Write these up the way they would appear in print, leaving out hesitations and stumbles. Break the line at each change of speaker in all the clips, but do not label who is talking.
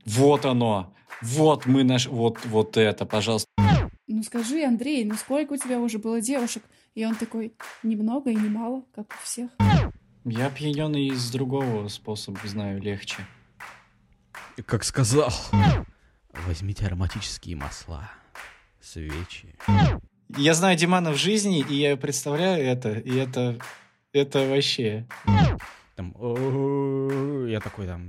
Вот оно. Вот мы наш... Вот это, пожалуйста.
Ну скажи, Андрей, ну сколько у тебя уже было девушек? И он такой, немного и немало, как у всех.
Я пьянёный из другого способа знаю легче.
Как сказал, возьмите ароматические масла, свечи.
Я знаю Димана в жизни, и я представляю это, и это вообще...
Там, я такой там...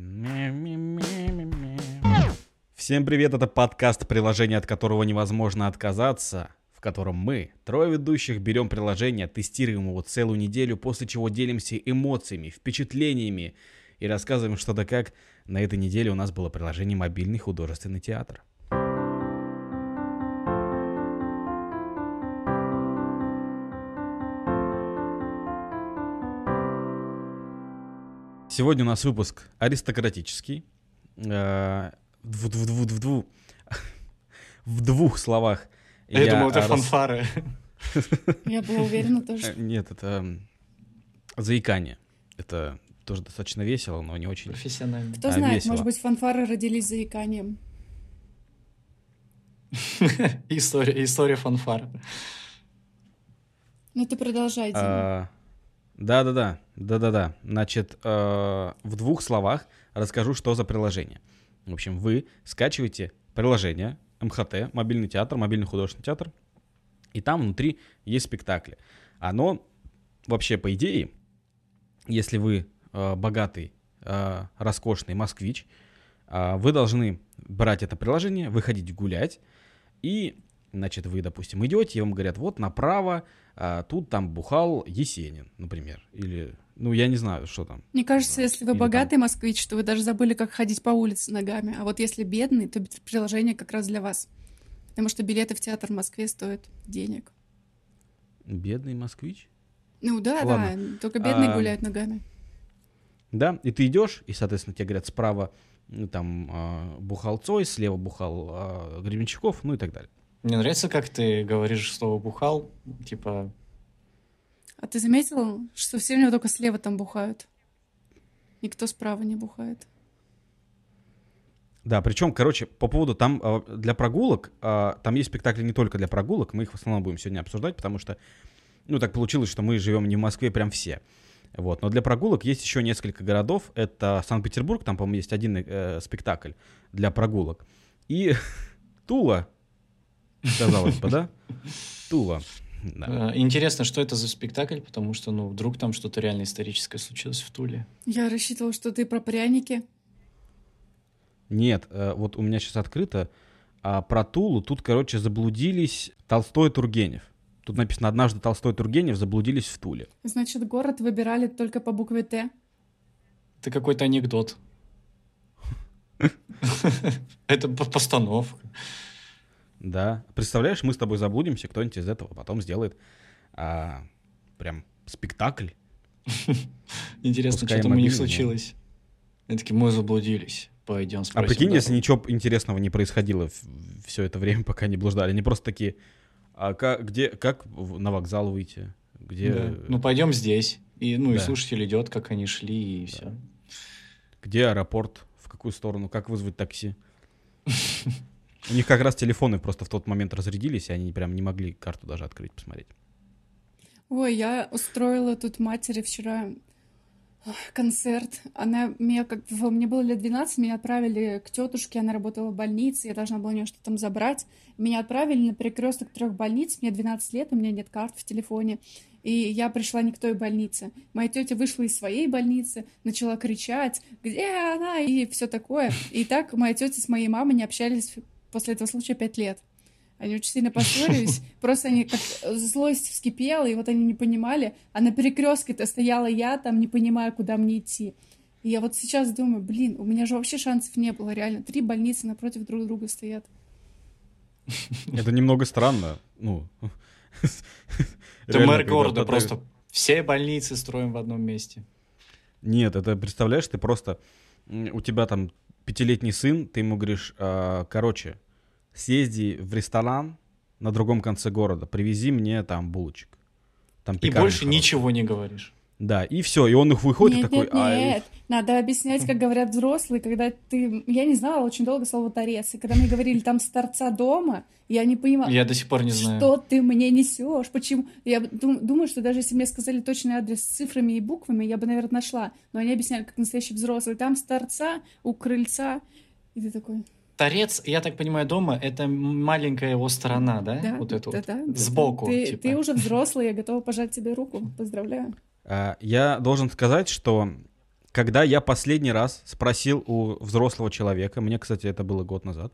Всем привет, это подкаст, приложение, от которого невозможно отказаться, в котором мы, трое ведущих, берем приложение, тестируем его целую неделю, после чего делимся эмоциями, впечатлениями и рассказываем, что да как. На этой неделе у нас было приложение «Мобильный художественный театр». Сегодня у нас выпуск аристократический. В двух словах.
Я думал, это фанфары.
Я была уверена тоже.
Нет, это заикание. Это тоже достаточно весело, но не очень
профессионально.
Кто знает,
весело.
Может быть, фанфары родились заиканием.
История фанфар.
Ну ты продолжай, Дима.
Да. Значит, в двух словах расскажу, что за приложение. В общем, вы скачиваете приложение МХТ, мобильный театр, мобильный художественный театр, и там внутри есть спектакли. Оно вообще, по идее, если вы богатый, роскошный москвич, вы должны брать это приложение, выходить гулять, и, значит, вы, допустим, идете, и вам говорят, вот направо, тут там бухал Есенин, например, или, ну, я не знаю, что там.
Мне кажется, если вы
или
богатый
там...
москвич, то вы даже забыли, как ходить по улице ногами. А вот если бедный, то приложение как раз для вас. Потому что билеты в театр в Москве стоят денег.
Бедный москвич?
Ну да,
Ладно.
да, только бедные гуляют ногами.
Да, и ты идешь, и, соответственно, тебе говорят, справа там бухал Цой, слева бухал Гребенщиков, ну и так далее.
Мне нравится, как ты говоришь слово «бухал», типа...
А ты заметил, что все у него только слева там бухают? Никто справа не бухает.
Да, причем, короче, по поводу там для прогулок, там есть спектакли не только для прогулок, мы их в основном будем сегодня обсуждать, потому что, ну, так получилось, что мы живем не в Москве прям все. Вот. Но для прогулок есть еще несколько городов. Это Санкт-Петербург, там, по-моему, есть один спектакль для прогулок. И Тула, казалось бы, да? Тула. Да.
Интересно, что это за спектакль, потому что, ну, вдруг там что-то реально историческое случилось в Туле.
Я рассчитывала, что ты про пряники.
Нет, вот у меня сейчас открыто. Про Тулу тут, короче, заблудились Толстой и Тургенев. Тут написано, однажды Толстой и Тургенев заблудились в Туле.
Значит, город выбирали только по букве «Т».
Это какой-то анекдот. Это постановка.
Да. Представляешь, мы с тобой заблудимся, кто-нибудь из этого потом сделает прям спектакль.
Интересно, что там у них случилось. Они такие, мы заблудились. Пойдем спросим.
А прикинь, если ничего интересного не происходило все это время, пока не блуждали. Они просто такие, как на вокзал выйти? Где...
Да. Ну, пойдем здесь. И, ну,
да.
И слушатель идет, как они шли, и все.
Где аэропорт? В какую сторону? Как вызвать такси? У них как раз телефоны просто в тот момент разрядились, и они прям не могли карту даже открыть, посмотреть.
Ой, я устроила тут матери вчера концерт. Мне было лет 12, меня отправили к тетушке, она работала в больнице, я должна была у нее что-то там забрать. Меня отправили на перекресток 3 больниц, мне 12 лет, у меня нет карт в телефоне, и я пришла не к той больнице. Моя тетя вышла из своей больницы, начала кричать, где она, и все такое. И так моя тетя с моей мамой не общались после этого случая 5 лет. Они очень сильно поссорились, просто они как злость вскипела, и вот они не понимали, а на перекрестке-то стояла я, там не понимая, куда мне идти. И я вот сейчас думаю, блин, у меня же вообще шансов не было, реально, 3 больницы напротив друг друга стоят.
Это немного странно, ну...
Ты мэр города, просто все больницы строим в одном месте.
Нет, это, представляешь, ты просто... У тебя там 5-летний сын, ты ему говоришь, короче... Съезди в ресторан на другом конце города, привези мне там булочек. Там
и больше хороший. Ничего не говоришь.
Да, и все, и он их выходит
Нет,
такой...
нет, нет. Надо объяснять, как говорят взрослые, когда ты... Я не знала очень долго слово «торец», и когда мне говорили там «с торца дома», я не понимала,
Я до сих пор не знаю.
что ты мне несешь, почему... Я думаю, что даже если мне сказали точный адрес с цифрами и буквами, я бы, наверное, нашла. Но они объясняли, как настоящий взрослый. Там с торца, у крыльца, и ты такой...
Торец, я так понимаю, дома — это маленькая его сторона, да?
Да,
Вот эту
да,
вот.
да,
Сбоку, типа.
Ты уже взрослый, я готова пожать тебе руку. Поздравляю.
Я должен сказать, что когда я последний раз спросил у взрослого человека, мне, кстати, это было год назад,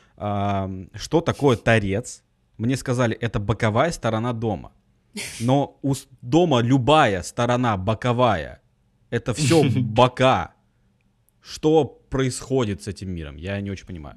что такое торец, мне сказали, это боковая сторона дома. Но у дома любая сторона боковая. Это все бока. Что происходит с этим миром? Я не очень понимаю.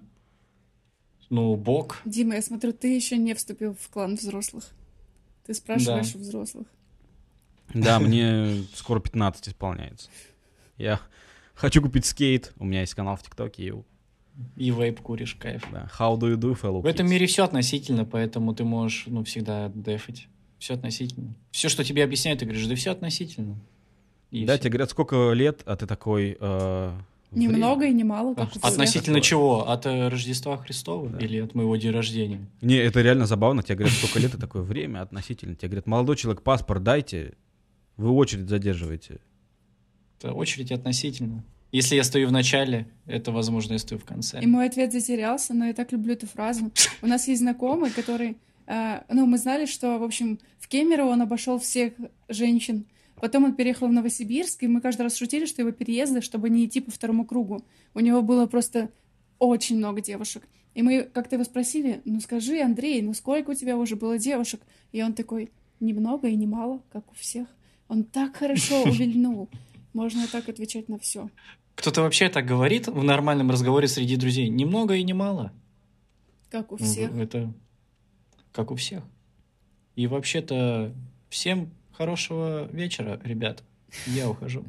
Ну, бок.
Дима, я смотрю, ты еще не вступил в клан взрослых. Ты спрашиваешь
Да.
у взрослых.
Да, мне скоро 15 исполняется. Я хочу купить скейт. У меня есть канал в ТикТоке.
И вейп куришь, кайф.
Да. How do you do, fellow
В этом
kids?
мире все относительно, поэтому ты можешь, всегда дефать. Все относительно. Все, что тебе объясняют, ты говоришь, да все относительно. И
Да,
всё.
тебе говорят, сколько лет, а ты такой...
Ни
время.
много и ни мало, как у всех.
Относительно
Такое.
чего? От Рождества Христова
Да.
или от моего дня рождения?
Не, это реально забавно. Тебе говорят, сколько лет, и такое время относительно. Тебе говорят, молодой человек, паспорт дайте, вы очередь задерживаете.
Это очередь относительно. Если я стою в начале, это, возможно, я стою в конце.
И мой ответ затерялся, но я так люблю эту фразу. У нас есть знакомый, который... мы знали, что, в общем, в Кемерово он обошел всех женщин. Потом он переехал в Новосибирск, и мы каждый раз шутили, что его переезды, чтобы не идти по второму кругу. У него было просто очень много девушек. И мы как-то его спросили, ну скажи, Андрей, ну сколько у тебя уже было девушек? И он такой, немного и не мало, как у всех. Он так хорошо увильнул. Можно так отвечать на все.
Кто-то вообще так говорит в нормальном разговоре среди друзей? Немного и не мало.
Как у всех.
Это как у всех. И вообще-то всем хорошего вечера, ребят. Я ухожу.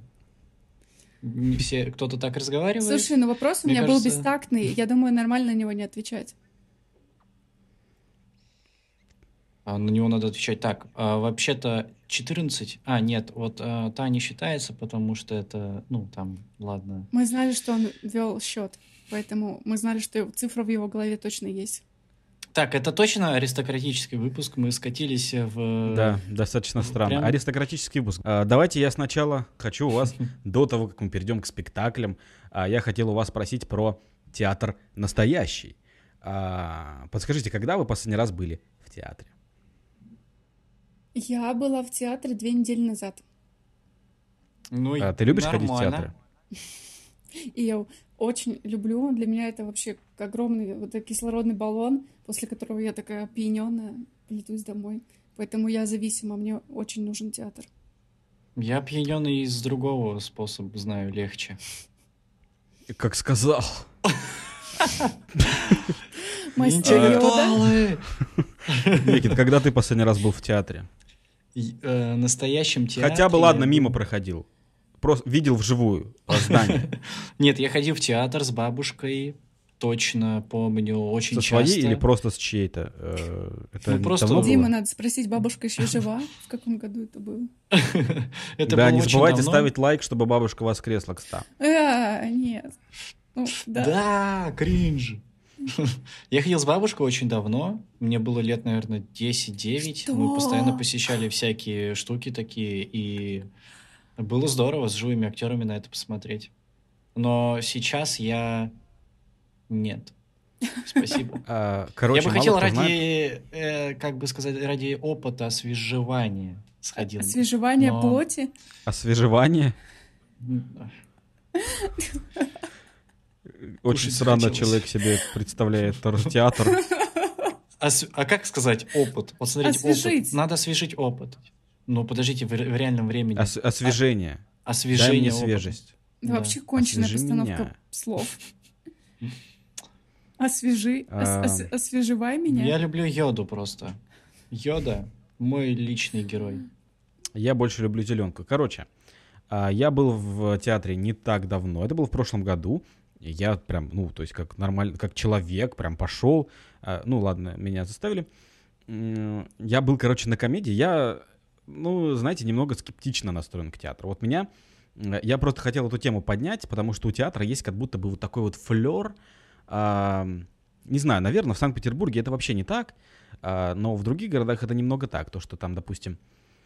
Не все, кто-то так разговаривает.
Слушай, ну вопрос у
Мне
меня был
кажется-
бестактный. Я думаю, нормально на него не отвечать.
На него надо отвечать так. Вообще-то 14. Нет, вот та не считается, потому что это, там, ладно.
Мы знали, что он вел счет, поэтому мы знали, что цифра в его голове точно есть.
Так, это точно аристократический выпуск? Мы скатились в...
Да, достаточно странно.
Прям-
Аристократический выпуск. Давайте я сначала хочу у вас, до того, как мы перейдем к спектаклям, я хотел у вас спросить про театр настоящий. Подскажите, когда вы последний раз были в театре?
Я была в театре 2 недели назад.
Ну,
Ты любишь ходить в
нормально.
театры?
И я очень люблю. Для меня это вообще огромный вот этот кислородный баллон, после которого я такая опьянённая, летусь домой. Поэтому я зависима, мне очень нужен театр.
Я пьянёный из другого способа знаю, легче.
Как сказал.
Мастер Йода.
Интеллектуалы!
Никит, когда ты последний раз был в театре?
Настоящем театре...
Хотя бы, ладно,
я
мимо
был-
проходил. Просто видел вживую здание.
Нет, я ходил в театр с бабушкой, точно помню, очень
Со
часто.
своей или просто с чьей-то? Это
просто-
давно было?
Дима, надо спросить, бабушка еще жива? В каком году это было?
Это
Да,
было
не
очень
забывайте
давно.
ставить лайк, чтобы бабушка воскресла к 100.
Нет. Ну, да.
Да, кринж. Я ходил с бабушкой очень давно. Мне было лет, наверное, 10-9.
Что?
Мы постоянно посещали всякие штуки такие. И было здорово с живыми актерами на это посмотреть. Но сейчас я... Нет. Спасибо.
Короче,
Я бы
мало
хотел
кто знает.
ради, как бы сказать, ради опыта освежевания сходил.
Освежевание
Но-
плоти.
Освежевание. Очень
Кушать
странно
захотелось.
человек себе представляет театр.
А как сказать опыт? Вот смотрите,
Освежить.
опыт. Надо освежить опыт. Ну, подождите, в реальном времени.
Освежение. Дай
Освежение
мне
опыта.
свежесть.
Да.
Да.
Вообще конченная
Освежи
постановка
меня.
слов. Освежи, освежевай меня.
Я люблю Йоду просто. Йода — мой личный герой.
Я больше люблю зеленку. Короче, я был в театре не так давно. Это было в прошлом году. И я прям, то есть как нормально, как человек, прям пошел. Ладно, меня заставили. Я был, короче, на комедии. Я ну, знаете, немного скептично настроен к театру. Вот я просто хотел эту тему поднять, потому что у театра есть как будто бы вот такой вот флер. Не знаю, наверное, в Санкт-Петербурге это вообще не так, но в других городах это немного так. То, что там, допустим,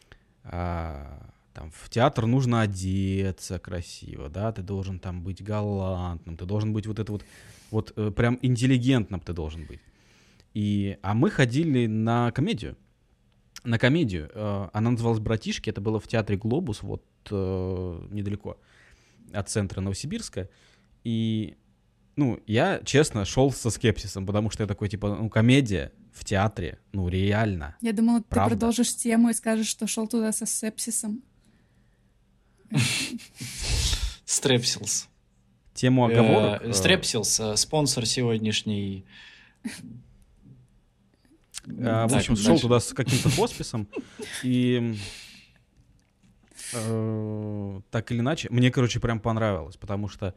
там в театр нужно одеться красиво, да, ты должен там быть галантным, ты должен быть вот прям интеллигентным ты должен быть. А мы ходили на комедию. Она называлась «Братишки», это было в театре «Глобус», вот недалеко от центра Новосибирска. И, ну, я, честно, шел со скепсисом, потому что я такой, типа, ну, комедия в театре, ну, реально.
Я думала,
правда.
ты продолжишь тему и скажешь, что шел туда со сепсисом.
Стрепсилс.
Тему оговорок.
Стрепсилс, спонсор сегодняшний.
В общем, шел туда с каким-то хосписом, и так или иначе, мне, короче, прям понравилось, потому что,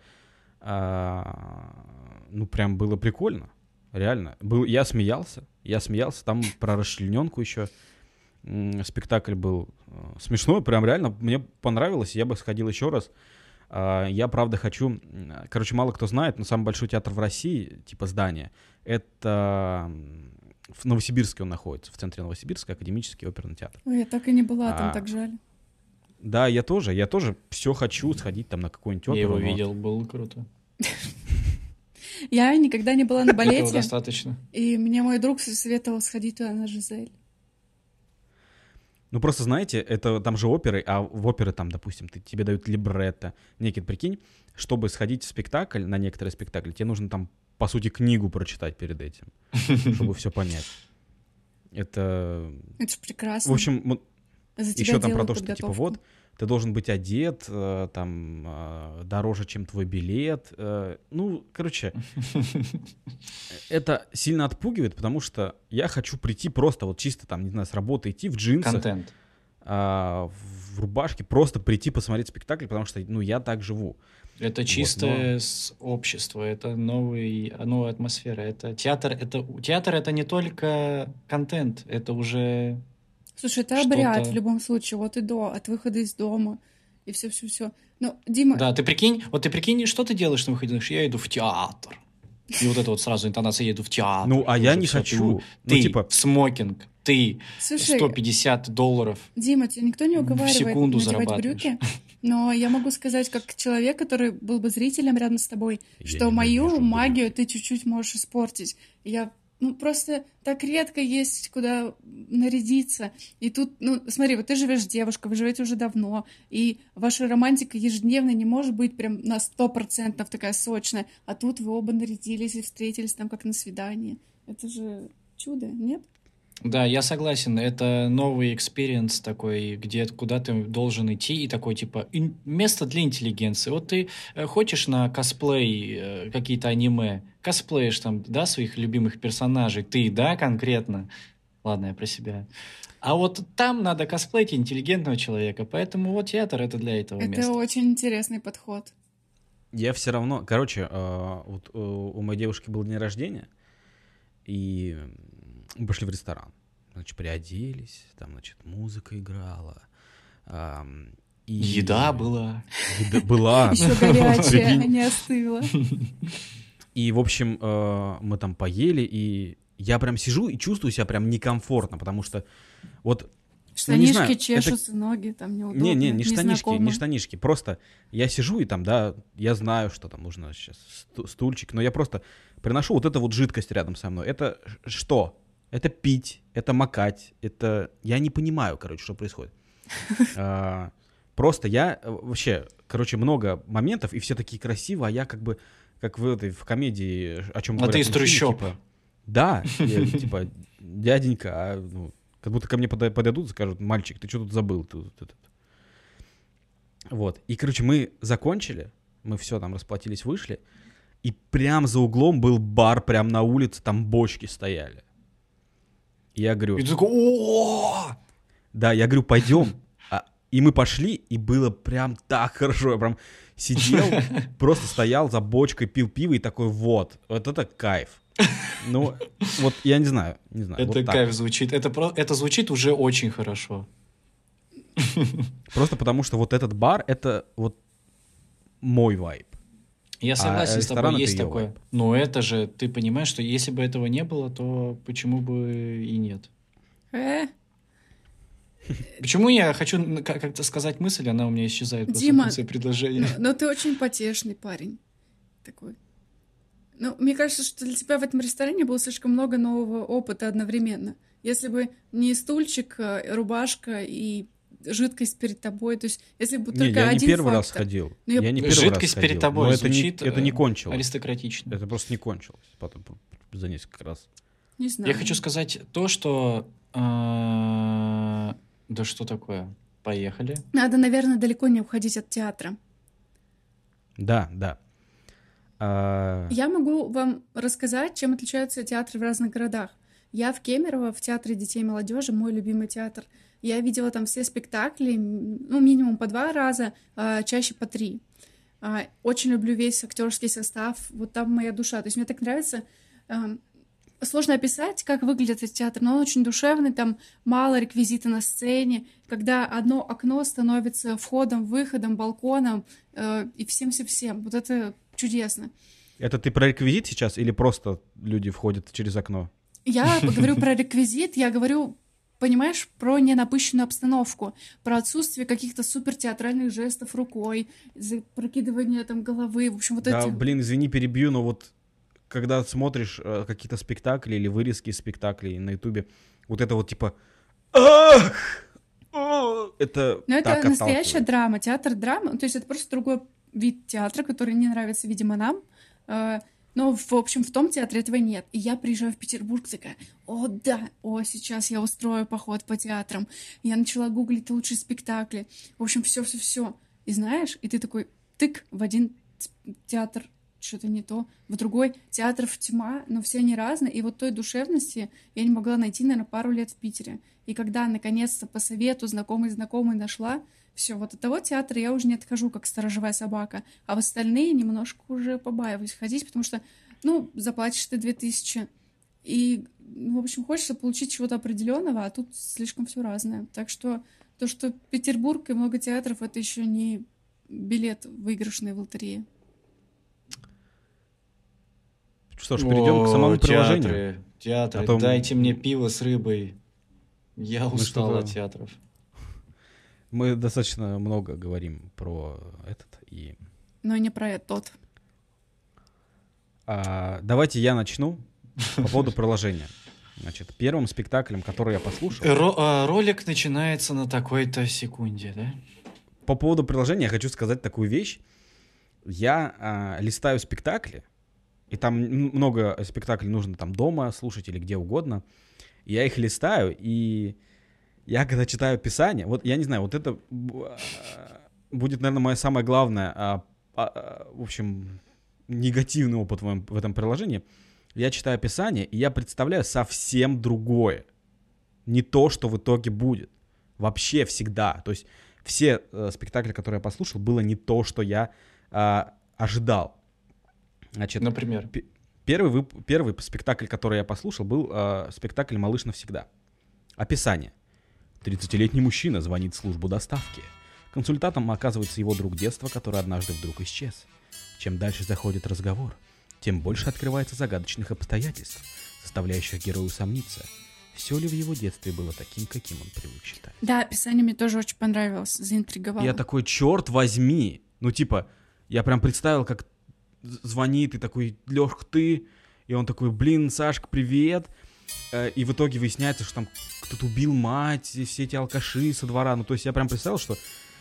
ну, прям было прикольно, реально. Я смеялся, там про расчлененку еще спектакль был смешной, прям реально, мне понравилось, я бы сходил еще раз. Я, правда, хочу... Короче, мало кто знает, но самый большой театр в России, типа здание, это... В Новосибирске он находится, в центре Новосибирска, Академический оперный театр.
Ой, я так и не была там, так жаль.
Да, я тоже все хочу сходить там на какой-нибудь оперу.
Я его видел, было круто.
Я никогда не была на балете.
Этого достаточно.
И мне мой друг советовал сходить туда на «Жизель».
Ну, просто, знаете, это там же оперы, а в оперы там, допустим, тебе дают либретто. Некий, прикинь, чтобы сходить в спектакль, на некоторые спектакли, тебе нужно там, по сути, книгу прочитать перед этим, чтобы все понять. Это
же прекрасно.
В общем, еще там про то, что, типа, вот, ты должен быть одет, там, дороже, чем твой билет. Ну, короче, это сильно отпугивает, потому что я хочу прийти просто вот чисто там, не знаю, с работы идти в джинсах.
Контент.
В рубашке, просто прийти посмотреть спектакль, потому что, ну, я так живу.
Это чистое общество, это новая атмосфера. Театр это не только контент, это уже...
Слушай, это обряд в любом случае, от выхода из дома, и все. Ну, Дима...
Да, ты прикинь, что ты делаешь на выходных? Я иду в театр. И вот это вот сразу интонация, я иду в театр.
Ну, а я не хочу.
Ты в смокинг, ты
Слушай,
$150.
Дима, тебя никто не уговаривает
секунду
надевать брюки, но я могу сказать, как человек, который был бы зрителем рядом с тобой, что мою магию ты чуть-чуть можешь испортить. Просто так редко есть куда нарядиться. И тут, смотри, вот ты живешь с девушкой, вы живете уже давно, и ваша романтика ежедневно не может быть прям на 100% такая сочная, а тут вы оба нарядились и встретились там как на свидании. Это же чудо, нет?
Да, я согласен. Это новый экспириенс такой, куда ты должен идти, и такой, типа, место для интеллигенции. Вот ты хочешь на косплей какие-то аниме, косплеишь там, да, своих любимых персонажей, ты, да, конкретно? Ладно, я про себя. А вот там надо косплеить интеллигентного человека, поэтому вот театр — это для этого места.
Это очень интересный подход.
Я все равно... Короче, вот у моей девушки был день рождения, и... Мы пошли в ресторан, значит, приоделись, там, значит, музыка играла.
Еда была.
Была.
Еще горячая, не остыла.
И, в общем, мы там поели, и я прям сижу и чувствую себя прям некомфортно, потому что вот...
Штанишки чешутся, ноги там неудобно.
Не штанишки, просто я сижу и там, да, я знаю, что там нужно сейчас стульчик, но я просто приношу вот эту вот жидкость рядом со мной. Это что? Это пить, это макать, это... Я не понимаю, короче, что происходит. Просто я вообще, короче, много моментов, и все такие красивые, а я как бы, как в комедии, о чем говорят.
А ты из трущоб.
Типа, да, типа, дяденька, как будто ко мне подойдут и скажут: мальчик, ты что тут забыл? Вот. И, короче, мы закончили, мы все там расплатились, вышли, и прям за углом был бар, прям на улице, там бочки стояли. И я говорю...
И ты такой: о!
Да, я говорю, пойдем. И мы пошли, и было прям так хорошо. Я прям сидел, просто стоял за бочкой, пил пиво и такой: вот это кайф. Ну, вот я не знаю.
Это
вот
кайф звучит. Это звучит уже очень хорошо.
Просто потому что вот этот бар — это вот мой вайб.
Я согласен с
ресторан —
тобой,
это
есть
её
такое.
вайб.
Но это же, ты понимаешь, что если бы этого не было, то почему бы и нет? Почему я хочу как-то сказать мысль, она у меня исчезает после
Дима,
конца предложения?
но ты очень потешный парень такой. Ну, мне кажется, что для тебя в этом ресторане было слишком много нового опыта одновременно. Если бы не стульчик, рубашка и жидкость перед тобой, то есть если бы
Не,
только
я не
один
первый раз
фактор.
ходил.
Ну, я-
Я не первый раз
Жидкость перед
ходил,
тобой
но это
звучит
не кончилось.
аристократично.
Это просто не кончилось потом за несколько раз.
Не знаю.
Я хочу сказать то, что... Да что такое? Поехали.
Надо, наверное, далеко не уходить от театра.
Да, да.
Я могу вам рассказать, чем отличаются театры в разных городах. Я в Кемерово, в Театре детей и молодежи, мой любимый театр. Я видела там все спектакли, ну, минимум по 2 раза, чаще по 3. Очень люблю весь актерский состав, вот там моя душа. То есть мне так нравится. Сложно описать, как выглядит этот театр, но он очень душевный, там мало реквизита на сцене, когда одно окно становится входом, выходом, балконом и всем-всем-всем. Вот это чудесно.
Это ты про реквизит сейчас или просто люди входят через окно?
Я говорю про реквизит, я говорю, понимаешь, про ненапыщенную обстановку, про отсутствие каких-то супертеатральных жестов рукой, прокидывание там головы, в общем, вот
Да,
эти...
блин, извини, перебью, но вот когда смотришь какие-то спектакли или вырезки из спектаклей на Ютубе, вот это вот типа «Ах! Это
Но
так
это настоящая
отталкивает.
драма, театр драмы, то есть это просто другой вид театра, который не нравится, видимо, нам. Но, в общем, в том театре этого нет. И я приезжаю в Петербург, такая, о, да, о, сейчас я устрою поход по театрам. Я начала гуглить лучшие спектакли. В общем, все. И знаешь, и ты такой, тык, в один театр, что-то не то, в другой театров тьма, но все они разные. И вот той душевности я не могла найти, наверное, пару лет в Питере. И когда, наконец-то, по совету знакомой нашла, все, вот от того театра я уже не отхожу, как сторожевая собака. А в остальные немножко уже побаиваюсь ходить, потому что, ну, заплатишь ты 2000, и, ну, в общем, хочется получить чего-то определенного, а тут слишком все разное. Так что то, что Петербург и много театров, это еще не билет выигрышный в лотерее.
Что ж, перейдем к самому приложению.
Театры,
А то
дайте мне пиво с рыбой. Я
Мы
устал
что-то-
от театров.
Мы достаточно много говорим про этот. И
Но не про тот.
давайте я начну по поводу приложения. Значит, первым спектаклем, который я послушал,
Ролик начинается на такой-то секунде, да?
по поводу приложения я хочу сказать такую вещь. Я листаю спектакли, и там много спектаклей нужно там дома слушать или где угодно. Я их листаю, и я когда читаю описание, вот я не знаю, вот это будет, наверное, моя самая главная, в общем, негативный опыт в этом приложении. Я читаю описание, и я представляю совсем другое. Не то, что в итоге будет. Вообще всегда. То есть все спектакли, которые я послушал, было не то, что я ожидал. Значит,
Например.
первый спектакль, который я послушал, был спектакль «Малыш навсегда». Описание. 30-летний мужчина звонит в службу доставки. Консультантом оказывается его друг детства, который однажды вдруг исчез. Чем дальше заходит разговор, тем больше открывается загадочных обстоятельств, заставляющих героя усомниться, все ли в его детстве было таким, каким он привык считать.
Да, описание мне тоже очень понравилось, заинтриговало.
И я такой, черт возьми. Ну, типа, я прям представил, как звонит, и такой, Лёшка, ты? И он такой, блин, Сашка, привет. И в итоге выясняется, что там кто-то убил мать, и все эти алкаши со двора. Ну, то есть я прям представил, что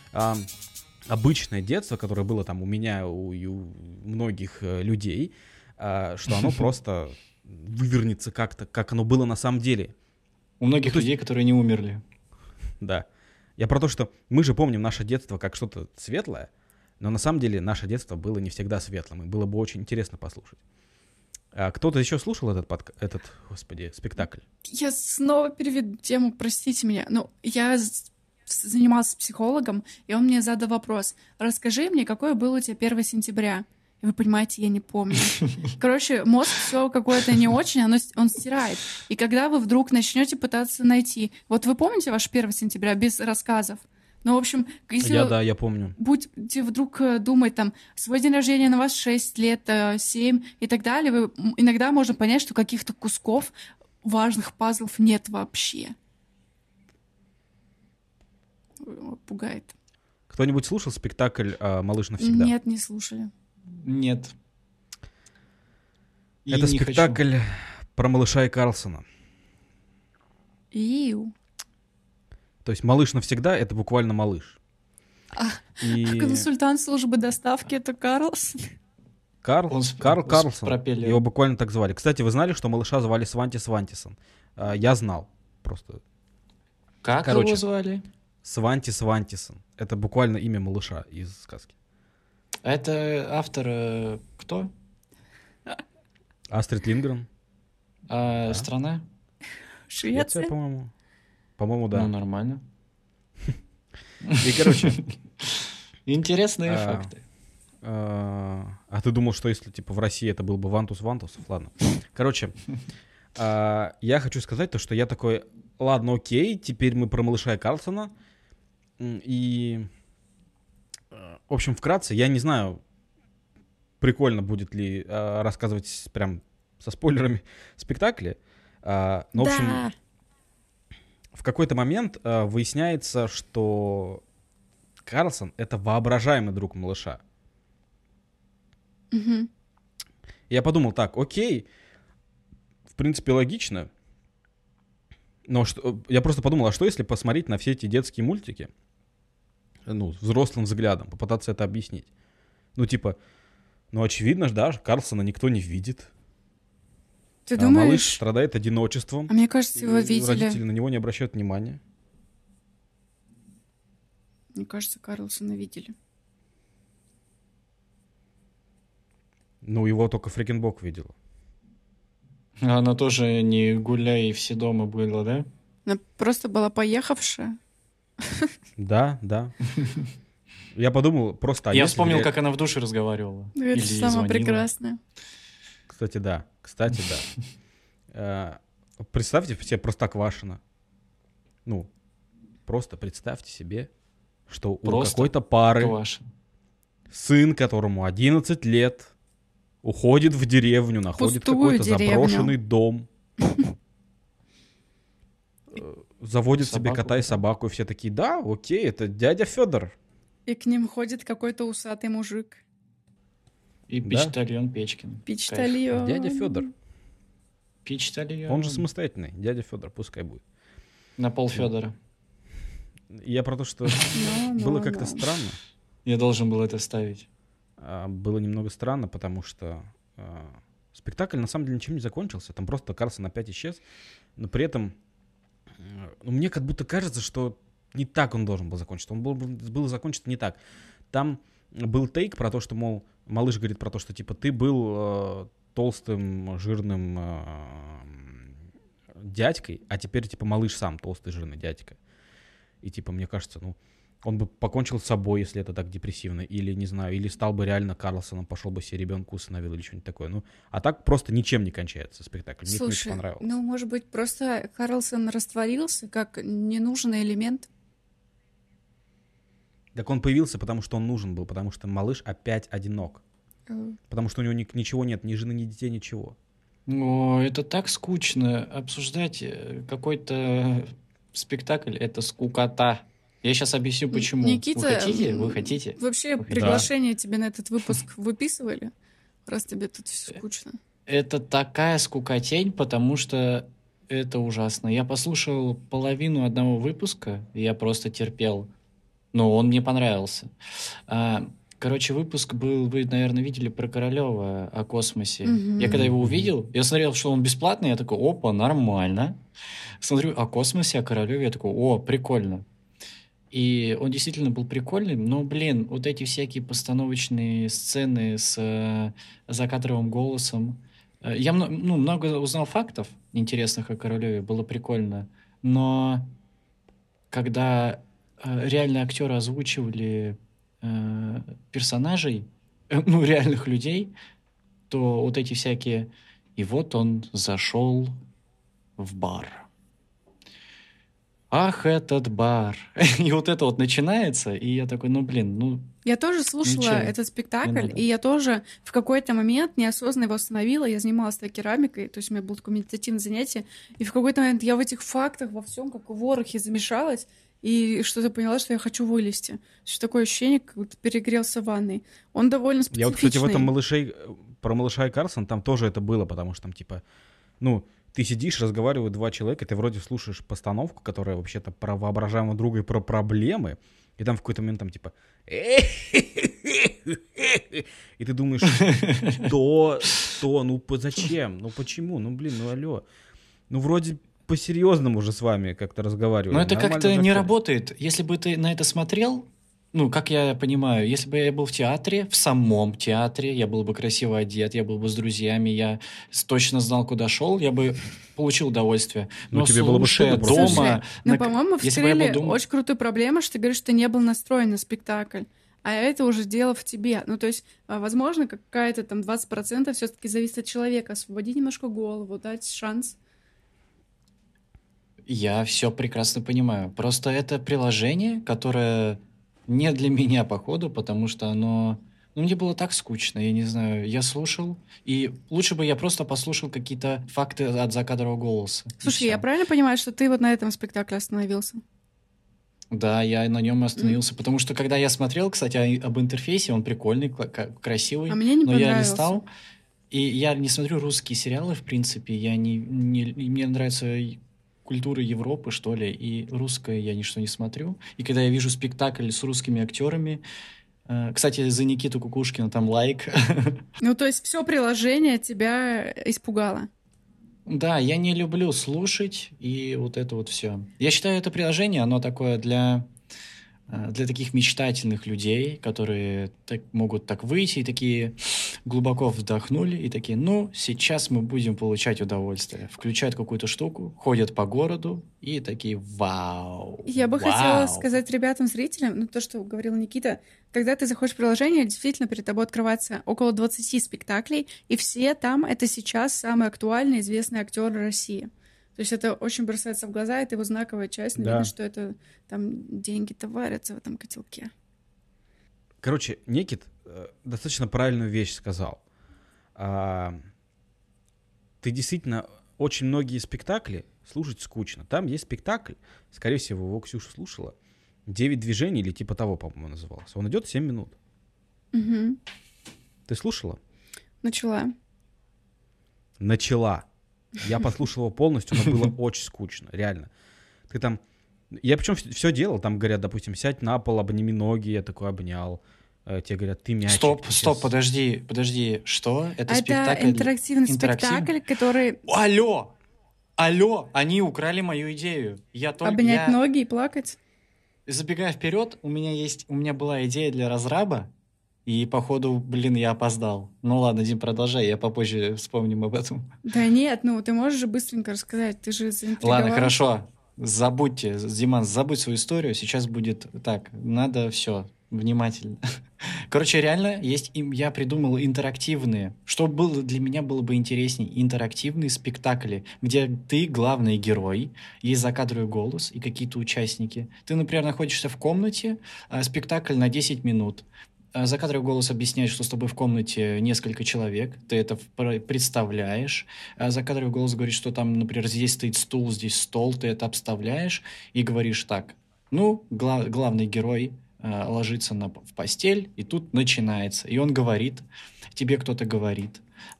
обычное детство, которое было там у меня, у многих людей, что оно просто вывернется как-то, как оно было на самом деле.
У многих людей, которые не умерли.
Да. Я про то, что мы же помним наше детство как что-то светлое, но на самом деле наше детство было не всегда светлым, и было бы очень интересно послушать. Кто-то еще слушал этот, господи, спектакль?
Я снова переведу тему, простите меня. Ну, я занималась с психологом, и он мне задал вопрос. Расскажи мне, какое было у тебя 1 сентября? И вы понимаете, я не помню. Короче, мозг все какое-то не очень, он стирает. И когда вы вдруг начнете пытаться найти... Вот вы помните ваш 1 сентября без рассказов? Ну, в общем, если
Я помню.
будете вдруг думать, там, свой день рождения на вас 6 лет, 7 и так далее, иногда можно понять, что каких-то кусков важных пазлов нет вообще. Пугает.
Кто-нибудь слушал спектакль «Малыш навсегда»?
Нет, не слушали.
Нет. И
Это
не хочу.
спектакль про малыша и Карлсона.
Иу.
То есть «Малыш навсегда» — это буквально малыш.
А
И
консультант службы доставки — это Карлсон?
Карл
Он
Карлсон,
пропели.
его буквально так звали. Кстати, вы знали, что малыша звали Свантис Вантисон? Я знал просто.
Как
Короче.
его звали?
Свантис Вантисон. Это буквально имя малыша из сказки.
Это автор кто?
Астрид Линдгрен.
А
Да.
страна?
Швеция?
по-моему. По-моему, да.
Ну, нормально.
И, короче,
Интересные
А,
факты.
а ты думал, что если, типа, в России это был бы Вантус Вантусов? Ладно. Короче, я хочу сказать то, что я такой, ладно, окей, теперь мы про малыша и Карлсона. И, в общем, вкратце, я не знаю, прикольно будет ли рассказывать прям со спойлерами спектакли. Но, в общем,
Да.
в какой-то момент выясняется, что Карлсон — это воображаемый друг малыша.
Мгм.
Я подумал, так, окей, в принципе, логично. Но я просто подумал, а что если посмотреть на все эти детские мультики, ну, взрослым взглядом, попытаться это объяснить? Ну, типа, ну, очевидно же, да, Карлсона никто не видит.
Ты
Малыш
думаешь?
страдает одиночеством.
А мне кажется, его
и
видели.
Родители на него не обращают внимания.
Мне кажется, Карлсона видели.
Ну, его только Фрикенбок видела.
Она тоже не гуляй все дома была, да?
Она просто была поехавшая.
Да, да. Я подумал, просто...
Я вспомнил, как она в душе разговаривала.
Ну, это
Или
самое
звонила.
прекрасное.
Кстати, да. Представьте себе Простоквашино. Ну, просто представьте себе, что у
Просто
какой-то пары
Квашин.
сын, которому 11 лет, уходит в деревню, находит
Пустую
какой-то
деревню.
заброшенный дом, заводит себе
Собаку
кота и
потом.
собаку, и все такие, да, окей, это дядя Федор.
И к ним ходит какой-то усатый мужик.
И
Да.
почтальон Печкин. Кайф.
Пичтальон.
Дядя Федор.
Почтальон.
Он же самостоятельный. Дядя Федор, пускай будет.
На пол Федора.
Я про то, что
Ну,
было
ну,
как-то
ну.
странно.
Я должен был это ставить.
Было немного странно, потому что спектакль на самом деле ничем не закончился. Там просто Карлсон опять исчез. Но при этом мне как будто кажется, что не так он должен был закончиться. Он был закончен не так. Там был тейк про то, что, мол, малыш говорит про то, что типа ты был толстым, жирным дядькой, а теперь типа малыш сам толстый, жирный дядька. И типа мне кажется, ну, он бы покончил с собой, если это так депрессивно, или, не знаю, или стал бы реально Карлсоном, пошел бы себе ребенка усыновил или что-нибудь такое. Ну, а так просто ничем не кончается спектакль. Мне это не
Слушай,
понравилось.
ну, может быть, просто Карлсон растворился как ненужный элемент?
Так он появился, потому что он нужен был, потому что малыш опять одинок. Потому что у него ничего нет, ни жены, ни детей, ничего.
О, это так скучно. Обсуждать какой-то спектакль — это скукота. Я сейчас объясню, почему.
Никита,
Вы хотите? Вы хотите?
Вообще,
Да.
приглашение тебе на этот выпуск выписывали? Раз тебе тут все скучно.
Это такая скукотень, потому что это ужасно. Я послушал половину одного выпуска, и я просто терпел. Но он мне понравился. Короче, выпуск был, вы, наверное, видели, про Королева о космосе.
Мгм.
Я когда его увидел, я смотрел, что он бесплатный, я такой, опа, нормально. Смотрю о космосе, о Королеве, я такой, о, прикольно. И он действительно был прикольным, но, блин, вот эти всякие постановочные сцены с закадровым голосом. Я много узнал фактов интересных о Королеве, было прикольно. Но когда реальные актеры озвучивали персонажей, реальных людей, то вот эти всякие... И вот он зашел в бар. ах, этот бар. И вот это вот начинается, и я такой, ну, блин, ну,
Я тоже слушала
ничего,
этот
не
спектакль,
надо.
и я тоже в какой-то момент неосознанно его остановила. Я занималась такой керамикой, то есть у меня было такое медитативное занятие, и в какой-то момент я в этих фактах во всем как в ворохе замешалась, и что-то поняла, что я хочу вылезти. То есть такое ощущение, как будто перегрелся в ванной. Он довольно
Я вот, кстати, в этом
специфичный.
про малыша и Карлсон там тоже это было, потому что там, типа, ну, ты сидишь, разговаривают два человека, ты вроде слушаешь постановку, которая вообще-то про воображаемого друга и про проблемы, и там в какой-то момент там, типа, и ты думаешь, что, ну, зачем, ну, почему, ну, блин, ну, алло, ну, вроде по-серьезному же с вами как-то
Но
разговариваем,
это
нормально
как-то
же
не
актеры.
работает. Если бы ты на это смотрел, ну, как я понимаю, если бы я был в театре, в самом театре, я был бы красиво одет, я был бы с друзьями, я точно знал, куда шел, я бы получил удовольствие.
Ну,
Но
тебе было бы
слушая
стыдно просто.
Слушай,
дома,
ну, по-моему, в
если бы я был
«Стреле»
дома...
очень крутая проблема, что ты говоришь, что ты не был настроен на спектакль. А это уже дело в тебе. Ну, то есть, возможно, какая-то там 20% все-таки зависит от человека. Освободи немножко голову, дать шанс.
Я все прекрасно понимаю. Просто это приложение, которое не для меня, походу, потому что оно... Ну, мне было так скучно, я не знаю. Я слушал, и лучше бы я просто послушал какие-то факты от закадрового голоса. И
Слушай, я
все.
правильно понимаю, что ты вот на этом спектакле остановился?
Да, я на нем и
М.
остановился, потому что когда я смотрел, кстати, об интерфейсе, он прикольный,
А
красивый,
мне не
но я
понравился.
листал, и я не смотрю русские сериалы, в принципе, и мне нравится культура Европы, что ли, и русское я ничто не смотрю. И когда я вижу спектакль с русскими актерами, кстати, за Никиту Кукушкина там лайк.
Ну, то есть все приложение тебя испугало.
Да, я не люблю слушать, и вот это вот все. Я считаю, это приложение, оно такое для таких мечтательных людей, которые так, могут так выйти и такие глубоко вдохнули и такие, ну, сейчас мы будем получать удовольствие. Включают какую-то штуку, ходят по городу и такие, вау,
Я бы хотела
вау.
сказать ребятам, зрителям, ну, то, что говорил Никита, когда ты заходишь в приложение, действительно перед тобой открывается около 20 спектаклей, и все там — это сейчас самые актуальные известные актеры России. То есть это очень бросается в глаза, это его знаковая часть, но видно,
Да.
что это там деньги-то варятся в этом котелке.
Короче, Никит достаточно правильную вещь сказал. А, Ты действительно очень многие спектакли слушать скучно. Там есть спектакль, скорее всего, его Ксюша слушала, 9 движений или типа того, по-моему, назывался. Он идет 7 минут.
Угу.
Ты слушала?
Начала.
Начала. Я послушал его полностью, но было очень скучно, реально. Ты там... Я причем все делал, там говорят, допустим, сядь на пол, обними ноги, я такой обнял. Тебе говорят, ты мячик.
Стоп,
ты
стоп,
щас-
подожди, что? Это
Это
спектакль
интерактивный
интерактивный?
спектакль, который
Алло, они украли мою идею.
обнять ноги и плакать.
Забегая вперед, у меня была идея для разраба, и походу, блин, я опоздал. Ну ладно, Дим, продолжай, я попозже вспомним об этом.
Да нет, ну ты можешь же быстренько рассказать, ты же заинтриговал.
Ладно, хорошо. Забудьте, Диман, забудь свою историю. Сейчас будет так. Надо все внимательно. Короче, реально я придумал интерактивные. Что было для меня было бы интересней? Интерактивные спектакли, где ты главный герой, есть закадровый голос и какие-то участники. Ты, например, находишься в комнате, спектакль на 10 минут. Закадровый голос объясняет, что с тобой в комнате несколько человек, ты это представляешь. Закадровый голос говорит, что там, например, здесь стоит стул, здесь стол, ты это обставляешь и говоришь так. Ну, главный герой ложится в постель, и тут начинается. И он говорит, тебе кто-то говорит,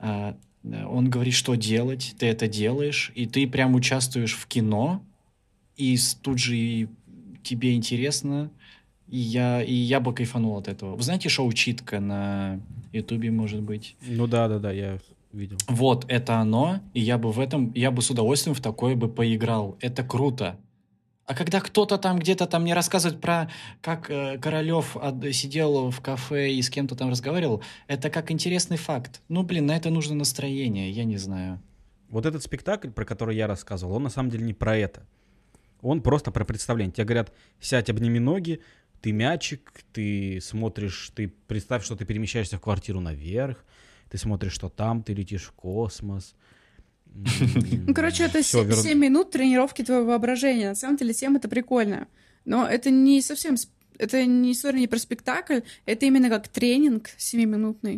он говорит, что делать, ты это делаешь, и ты прям участвуешь в кино, и тут же и тебе интересно, и я бы кайфанул от этого. Вы знаете шоу «Читка» на Ютубе, может быть?
Ну да, я видел.
Вот, это оно, и я бы с удовольствием в такое бы поиграл. Это круто. А когда кто-то там где-то там мне рассказывает про, как Королёв сидел в кафе и с кем-то там разговаривал, это как интересный факт. Ну, блин, на это нужно настроение, я не знаю.
Вот этот спектакль, про который я рассказывал, он на самом деле не про это. Он просто про представление. Тебе говорят, сядь, обними ноги, ты мячик, ты смотришь, ты представь, что ты перемещаешься в квартиру наверх, ты смотришь, что там, ты летишь в космос.
Ну, короче, это
Всё,
7 минут тренировки твоего воображения. На самом деле, тема это прикольная. Но это не совсем... Это не история не про спектакль, это именно как тренинг 7-минутный.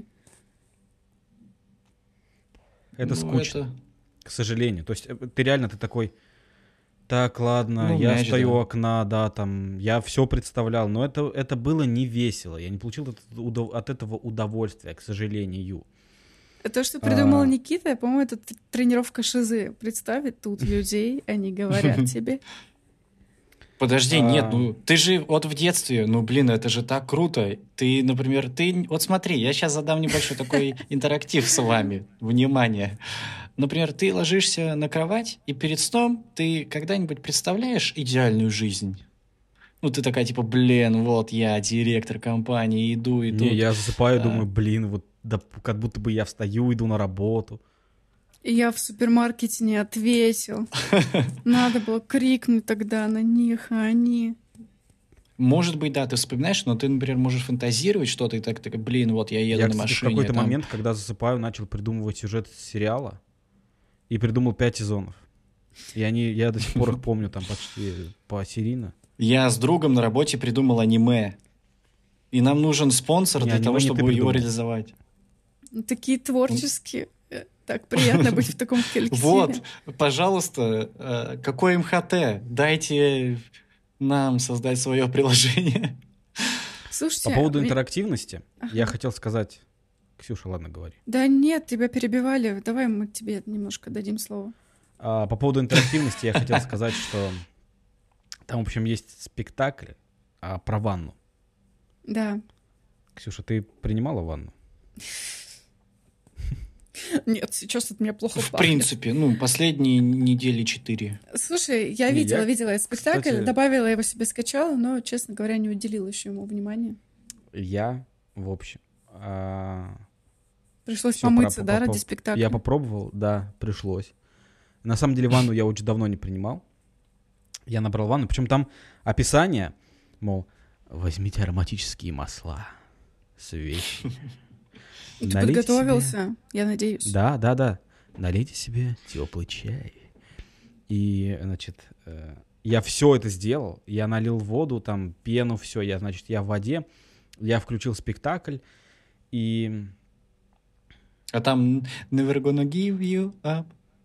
Это
Ну,
скучно,
это-
к сожалению. То есть ты реально, ты такой, так, ладно,
Ну,
я
мяч,
стою
да.
у окна, да, там, я все представлял, но это было не весело. Я не получил от этого удовольствия, к сожалению.
То, что придумал
А.
Никита, по-моему, это тренировка шизы. Представить тут людей, они говорят тебе.
Подожди, нет,
А.
ну ты же вот в детстве, ну блин, это же так круто. Ты, например, вот смотри, я сейчас задам небольшой такой интерактив с вами. Внимание. Например, ты ложишься на кровать, и перед сном ты когда-нибудь представляешь идеальную жизнь? Ну, ты такая, типа, блин, вот я директор компании, иду, и
Не,
тут...
я засыпаю,
а,
думаю, блин, вот да, как будто бы я встаю, иду на работу.
И я в супермаркете не ответил. Надо было крикнуть тогда на них, а они...
Может быть, да, ты вспоминаешь, но ты, например, можешь фантазировать что-то, и так, блин, вот я еду
Я,
на
кстати, в
машине.
какой-то
там.
момент, когда засыпаю, начал придумывать сюжет сериала и придумал 5 сезонов. И я до сих пор их помню там почти посерийно.
Я с другом на работе придумал аниме. И нам нужен спонсор
Не,
для того,
аниме не
чтобы
ты
его
придумал.
реализовать.
Такие творческие. Так приятно быть в таком коллективе.
Вот, пожалуйста, какой МХТ? Дайте нам создать свое приложение.
Слушайте,
По поводу
мне-
интерактивности, я
Ага.
хотел сказать... Ксюша, ладно, говори.
Да нет, тебя перебивали. Давай мы тебе немножко дадим слово.
По поводу интерактивности я хотел сказать, что там, в общем, есть спектакль про ванну.
Да.
Ксюша, ты принимала ванну?
Нет, сейчас от меня плохо
В
пахнет.
принципе, ну, последние недели 4.
Слушай, я
Не,
видела,
я,
видела этот спектакль,
кстати-
добавила его себе, скачала, но, честно говоря, не уделила еще ему внимания.
Я, в общем,
Пришлось
всё,
помыться,
про-
да,
по-
ради спектакля.
я попробовал, да, пришлось. На самом деле ванну я очень давно не принимал. Я набрал ванну, причем там описание, мол, возьмите ароматические масла, свечи.
Ты
налейте
подготовился, я надеюсь.
Да. Налейте себе теплый чай. И, значит, я все это сделал. Я налил воду, там, пену, все. Я в воде. Я включил спектакль. И
А там Never gonna give you up.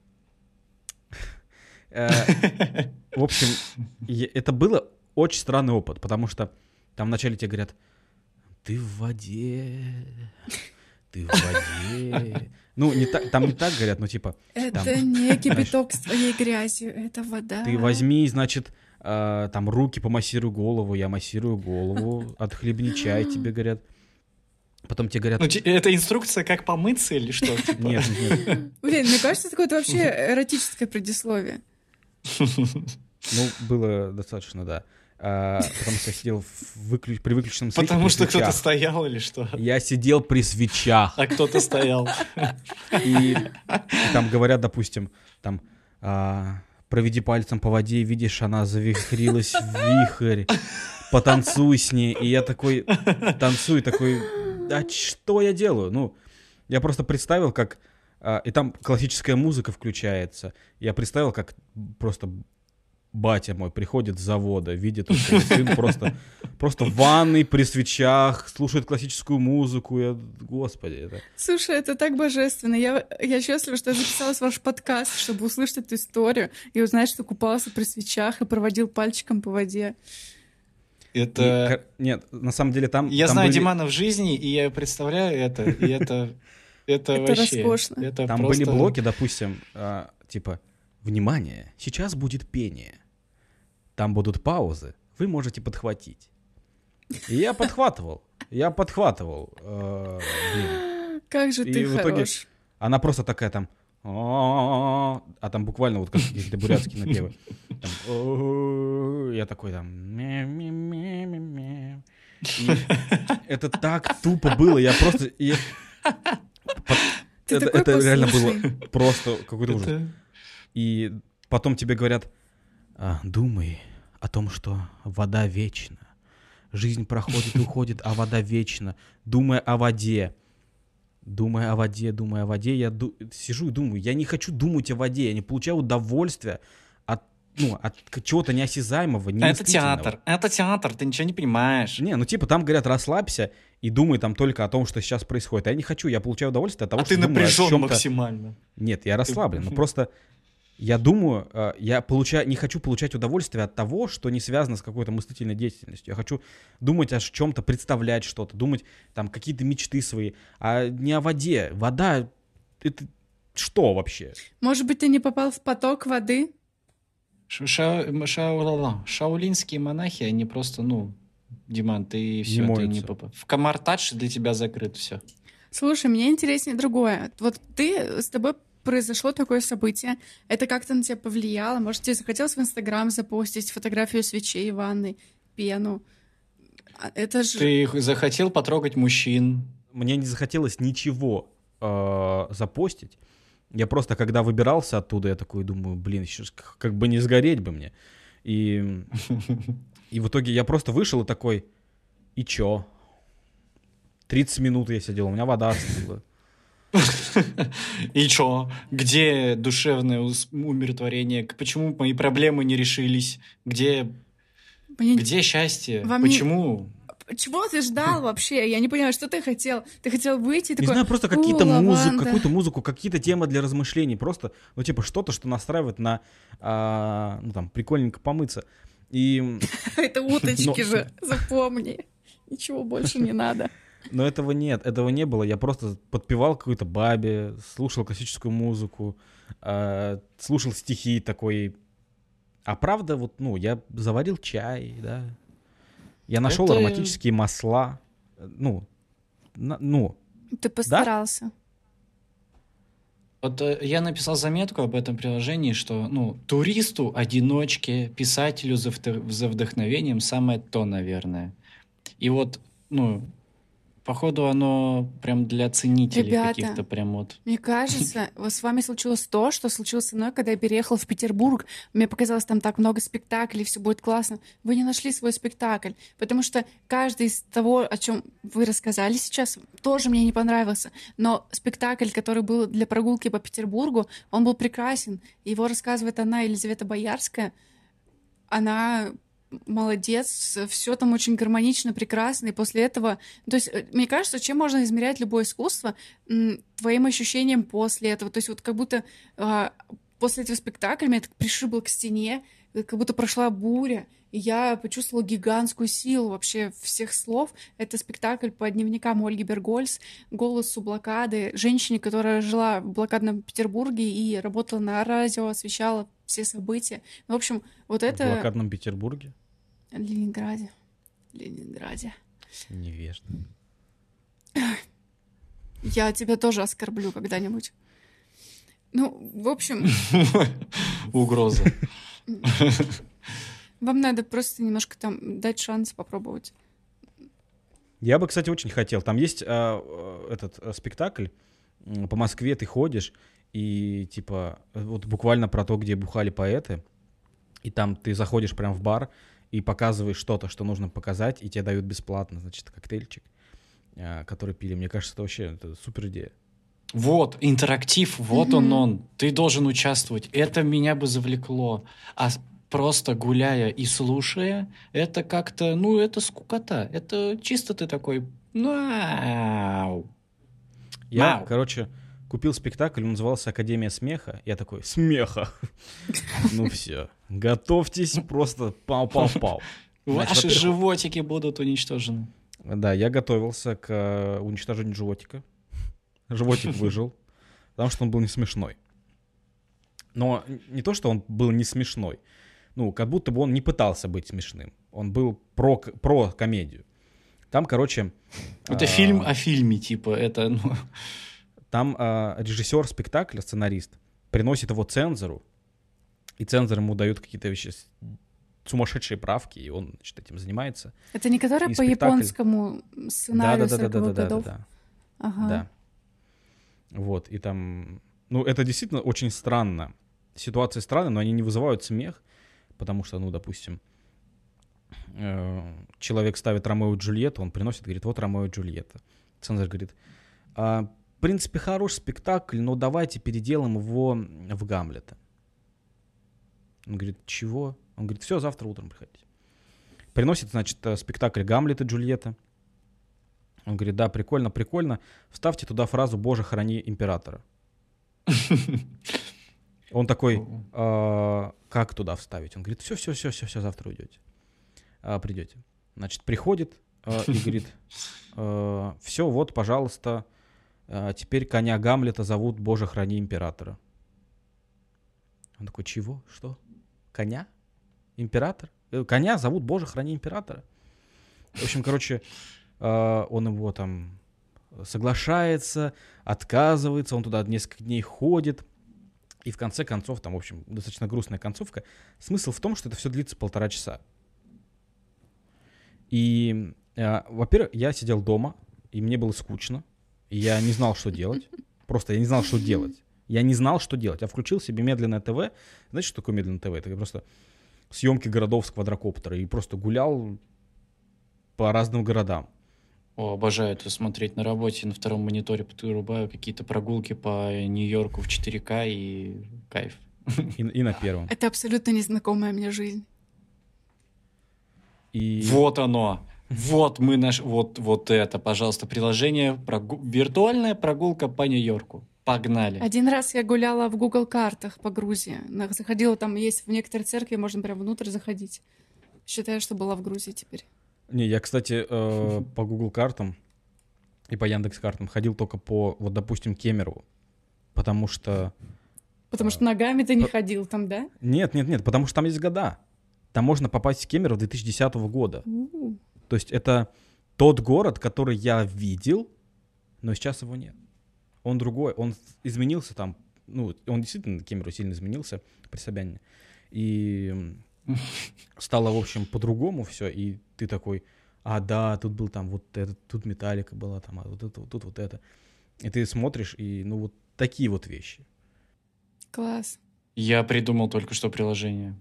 в общем, это было очень странный опыт, потому что там вначале тебе говорят, ты в воде, ты в воде. Ну, там не так говорят, но типа,
Это
там,
не кипяток с твоей грязью, это вода.
ты возьми, значит, там руки помассируй голову, я массирую голову, отхлебни чай, тебе говорят. Потом тебе говорят,
Ну, это инструкция, как помыться или что? Типа?
нет.
Блин, мне кажется, это какое-то вообще эротическое предисловие.
Ну, было достаточно, да. Потому что я сидел при выключенном свете.
Потому
при
что кто-то
свечах.
стоял или что?
Я сидел при свечах.
А кто-то стоял.
И там говорят, допустим, там проведи пальцем по воде, видишь, она завихрилась в вихрь, потанцуй с ней. И я такой танцую, такой, а что я делаю? Ну, я просто представил, как... И там классическая музыка включается. Я представил, как просто батя мой приходит с завода, видит, что его сын просто в ванной при свечах, слушает классическую музыку. Господи, это...
Слушай, это так божественно. Я счастлива, что я записалась в ваш подкаст, чтобы услышать эту историю и узнать, что купался при свечах и проводил пальчиком по воде.
Это...
Нет, на самом деле там...
Я
там
знаю
были-
Димана в жизни, и я представляю это, и это
Это
вообще...
роскошно.
Это
Там
просто...
были блоки, допустим, типа, внимание, сейчас будет пение. Там будут паузы, вы можете подхватить. И я подхватывал. Блин.
Как же
И
ты
в итоге-
хорош.
Она просто такая там... А там буквально вот как какие-то бурятские напевы. Там, я такой там... И это так тупо было. Я просто...
Ты такой
Это реально
послушный.
было просто какой-то ужас.
Это-
И потом тебе говорят, думай о том, что вода вечна. Жизнь проходит и уходит, а вода вечна. Думай о воде. думая о воде, я сижу и думаю, я не хочу думать о воде, я не получаю удовольствия от, от чего-то неосязаемого, немыслительного.
Это театр, ты ничего не понимаешь.
Не, ну типа там говорят, расслабься и думай там только о том, что сейчас происходит. А я не хочу, я получаю удовольствие от того,
А
что
ты
думаю о
напряжен
чем-то.
максимально.
Нет, я расслаблен, но просто я думаю, не хочу получать удовольствие от того, что не связано с какой-то мыслительной деятельностью. Я хочу думать о чем-то, представлять что-то, думать там какие-то мечты свои, а не о воде. Вода — это что вообще?
Может быть, ты не попал в поток воды?
Шаолинские монахи, они просто, Диман, ты все, ты не
моются.
попал. В Камар-Тадж для тебя закрыт все.
Слушай, мне интереснее другое. Вот с тобой произошло такое событие. Это как-то на тебя повлияло? Может, тебе захотелось в Инстаграм запостить фотографию свечей в ванной, пену? Это же...
Ты захотел потрогать мужчин.
Мне не захотелось ничего запостить. Я просто, когда выбирался оттуда, я такой думаю, блин, еще как бы не сгореть бы мне. И в итоге я просто вышел и такой, и чё? 30 минут я сидел, у меня вода остыла.
И чё? Где душевное умиротворение? Почему мои проблемы не решились? Где счастье? Почему?
Чего ты ждал вообще? Я не понимаю, что ты хотел? Ты хотел выйти такой...
Не знаю, просто какую-то музыку, какие-то темы для размышлений. Просто, что-то, что настраивает на, прикольненько помыться. И...
Это уточки же, запомни. Ничего больше не надо.
Но этого не было. Я просто подпевал какой-то бабе, слушал классическую музыку, слушал стихи такой. А правда, я заварил чай, да. Я нашел ароматические масла.
Ты постарался.
Да? Вот я написал заметку об этом приложении, что, туристу, одиночке, писателю за вдохновением самое то, наверное. И походу, оно прям для ценителей каких-то прям вот.
Мне кажется, с вами случилось то, что случилось со мной, когда я переехала в Петербург. Мне показалось, там так много спектаклей, все будет классно. Вы не нашли свой спектакль, потому что каждый из того, о чем вы рассказали сейчас, тоже мне не понравился. Но спектакль, который был для прогулки по Петербургу, он был прекрасен. Его рассказывает Елизавета Боярская. Она... молодец, все там очень гармонично, прекрасно, и после этого... То есть, мне кажется, чем можно измерять любое искусство? Твоим ощущением после этого. То есть вот как будто после этого спектакля меня так пришибло к стене, как будто прошла буря, и я почувствовала гигантскую силу вообще всех слов. Это спектакль по дневникам Ольги Бергольц, «Голосу блокады», женщине, которая жила в блокадном Петербурге и работала на радио, освещала все события. В общем, вот это...
В блокадном Петербурге?
Ленинграде.
Невежда.
Я тебя тоже оскорблю когда-нибудь. В общем...
Угроза.
Вам надо просто немножко там дать шанс попробовать.
Я бы, кстати, очень хотел. Там есть этот спектакль. По Москве ты ходишь, и типа вот буквально про то, где бухали поэты. И там ты заходишь прям в бар и показываешь что-то, что нужно показать, и тебе дают бесплатно, значит, коктейльчик, который пили. Мне кажется, это вообще супер идея.
Вот, интерактив, вот он. Ты должен участвовать. Это меня бы завлекло. А просто гуляя и слушая, это как-то, это скукота. Это чисто ты такой...
Я, купил спектакль, он назывался «Академия смеха». Я такой, смеха. Ну все, готовьтесь, просто пау-пау-пау.
Ваши животики будут уничтожены.
Да, я готовился к уничтожению животика. Животик выжил, потому что он был не смешной. Но не то, что он был не смешной. Как будто бы он не пытался быть смешным. Он был про комедию. Там,
это фильм о фильме, типа, это...
Там режиссер спектакля, сценарист, приносит его цензору, и цензор ему дает какие-то вещи, сумасшедшие правки, и он, значит, этим занимается.
Это не которая по японскому сценарию 40-х годов?
Ага. Да. Вот, и там... это действительно очень странно. Ситуация странная, но они не вызывают смех, потому что, допустим, человек ставит Ромео и Джульетту, он приносит, говорит, вот Ромео и Джульетта. Цензор говорит, принципе, хороший спектакль, но давайте переделаем его в Гамлета. Он говорит, чего? Он говорит, все, завтра утром приходите. Приносит, значит, спектакль «Гамлет и Джульетта». Он говорит, да, прикольно, прикольно. Вставьте туда фразу «Боже, храни императора». Он такой, как туда вставить? Он говорит, все, завтра уйдете. Придете. Значит, приходит и говорит, все, вот, пожалуйста, теперь коня Гамлета зовут «Боже, храни императора». Он такой, чего? Что? Коня? Император? Коня зовут «Боже, храни императора». В общем, короче, он его там соглашается, отказывается, он туда несколько дней ходит. И в конце концов, там, в общем, достаточно грустная концовка. Смысл в том, что это все длится 1,5 часа. И, во-первых, я сидел дома, и мне было скучно. И я не знал, что делать. Просто я не знал, что делать. Я не знал, что делать. Я включил себе медленное ТВ. Знаете, что такое медленное ТВ? Это просто съемки городов с квадрокоптера. И просто гулял по разным городам.
О, обожаю это смотреть на работе. На втором мониторе вырубаю какие-то прогулки по Нью-Йорку в 4К и кайф.
И на первом.
Это абсолютно незнакомая мне жизнь.
И...
Вот оно. Вот мы вот это, пожалуйста, приложение. Виртуальная прогулка по Нью-Йорку. Погнали.
Один раз я гуляла в Google картах по Грузии. Заходила, там есть в некоторые церкви, можно прям внутрь заходить. Считаю, что была в Грузии теперь.
Не, я, кстати, по Google картам и по Яндекс картам ходил только по, вот, допустим, Кемерово. Потому что...
Потому что ногами ты не ходил там, да?
Нет, потому что там есть года. Там можно попасть в Кемерово 2010 года. То есть это тот город, который я видел, но сейчас его нет. Он другой, он изменился там. Ну, он действительно, Кемерово сильно изменился при Собянине. И стало, в общем, по-другому все. И ты такой, да, тут был там вот это, тут Металлика была, там, а вот это, тут вот это. И ты смотришь, и ну вот такие вот вещи.
Класс.
Я придумал только что приложение.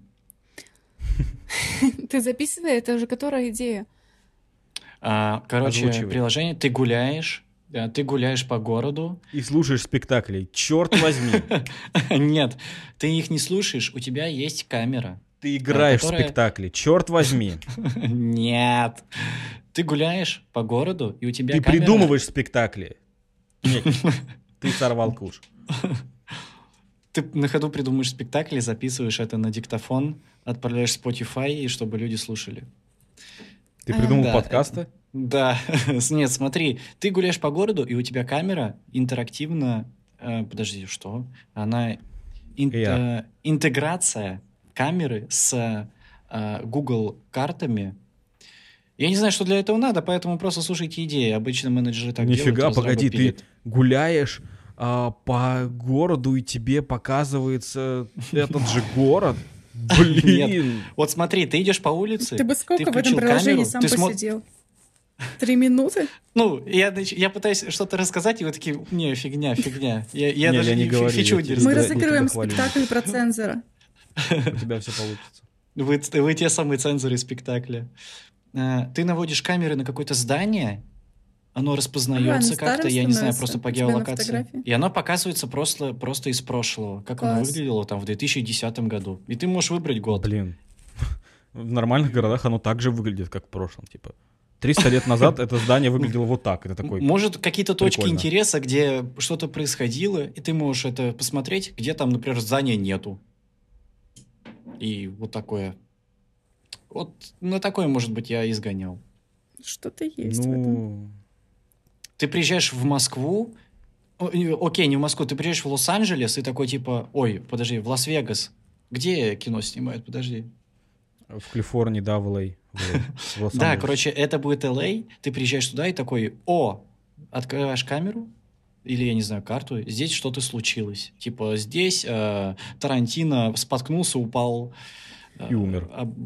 Ты записывай, это уже которая идея?
Короче,
Озвучивай.
приложение, ты гуляешь по городу.
И слушаешь спектаклей, черт возьми.
Нет, ты их не слушаешь, у тебя есть камера.
Ты играешь в спектакли, черт возьми.
Нет. Ты гуляешь по городу, и у тебя
Ты
камера...
придумываешь спектакли. Нет, ты сорвал куш.
Ты на ходу придумаешь спектакли, записываешь это на диктофон, отправляешь в Spotify, и чтобы люди слушали.
Ты придумал
Да,
подкасты?
Да. Нет, смотри, ты гуляешь по городу, и у тебя камера интерактивно... подожди, что? Она... интеграция камеры с Google картами. Я не знаю, что для этого надо, поэтому просто слушайте идеи. Обычно менеджеры так делают.
Нифига,
разрабы
погоди,
пилят.
ты гуляешь по городу, и тебе показывается этот же город? Блин!
Вот смотри, ты идешь по улице,
Ты бы сколько в этом
включил
приложении
камеру,
сам посидел? 3 минуты?
Ну, я пытаюсь что-то рассказать, и вы такие, не, фигня. Я
Не,
даже
я не
не
говорю,
фичу
я
не
тебе-
Мы
Да,
разыгрываем
тебя хвалю.
спектакль про цензора.
У тебя все получится.
Вы те самые цензоры спектакля. Ты наводишь камеры на какое-то здание, оно распознается
на
как-то,
старом
я не знаю,
становится
просто по
у тебя на
геолокации.
фотографии?
И оно показывается просто из прошлого, как оно
Класс.
выглядело там в 2010 году. И ты можешь выбрать год.
Блин. В нормальных городах оно так же выглядит, как в прошлом. Типа 300 лет назад это здание выглядело вот так. Это такой...
Может, какие-то точки
Прикольно.
интереса, где что-то происходило, и ты можешь это посмотреть, где там, например, здания нету. И вот такое. Вот на такое, может быть, я изгонял.
Что-то есть в этом.
Ну,
Ты приезжаешь в Москву, окей, не в Москву, ты приезжаешь в Лос-Анджелес и такой типа, ой, подожди, в Лас-Вегас. Где кино снимают? Подожди.
в Калифорнии, да, в Л.А., в
Да,
Лос-Анджелесе.
короче, это будет Л.А., ты приезжаешь туда и такой, открываешь камеру, или, я не знаю, карту, здесь что-то случилось. Типа, здесь Тарантино споткнулся, упал.
И умер.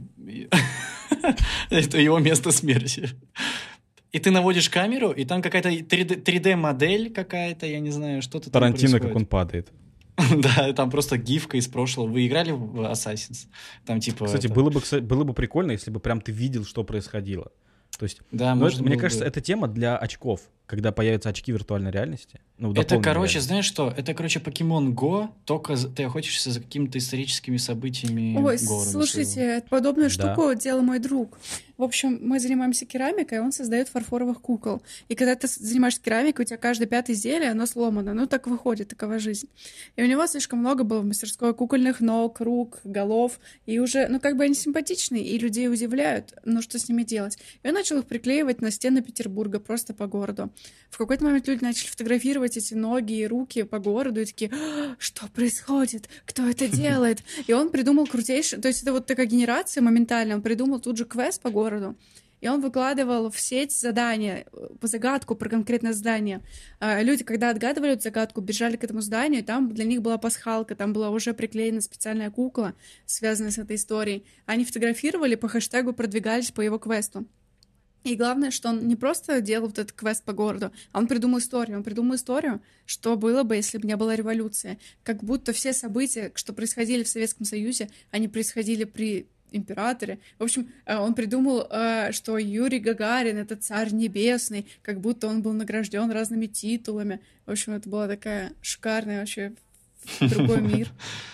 Это его место смерти. И ты наводишь камеру, и там какая-то 3D-модель какая-то, я не знаю, что-то там
Тарантино, как
происходит.
он падает.
Да, там просто гифка из прошлого. Вы играли в Assassin's? Там типа...
Кстати,
это-
было бы прикольно, если бы прям ты видел, что происходило. То есть,
Да,
ну,
может,
мне
было
кажется,
бы.
это тема для очков. когда появятся очки виртуальной реальности. Ну,
Это,
дополненной
короче,
реальности.
знаешь что? Это, короче, Pokemon Go, только ты охотишься за какими-то историческими событиями
Ой,
города своего.
слушайте, подобную
Да.
штуку делал мой друг. В общем, мы занимаемся керамикой, он создает фарфоровых кукол. И когда ты занимаешься керамикой, у тебя каждое 5-е изделие, оно сломано. Ну, так выходит, такова жизнь. И у него слишком много было в мастерской кукольных ног, рук, голов. И уже, ну, как бы они симпатичные, и людей удивляют. Ну, что с ними делать? И он начал их приклеивать на стены Петербурга, просто по городу. В какой-то момент люди начали фотографировать эти ноги и руки по городу, и такие: «А, что происходит? Кто это делает?» И он придумал крутейший... То есть это вот такая генерация моментально. Он придумал тут же квест по городу. И он выкладывал в сеть задания, по загадку про конкретное здание. Люди, когда отгадывали эту загадку, бежали к этому зданию, и там для них была пасхалка, там была уже приклеена специальная кукла, связанная с этой историей. Они фотографировали, по хэштегу продвигались по его квесту. И главное, что он не просто делал вот этот квест по городу, а он придумал историю. Он придумал историю, что было бы, если бы не было революции. Как будто все события, что происходили в Советском Союзе, они происходили при императоре. В общем, он придумал, что Юрий Гагарин — это царь небесный, как будто он был награжден разными титулами. В общем, это была такая шикарная вообще другой мир.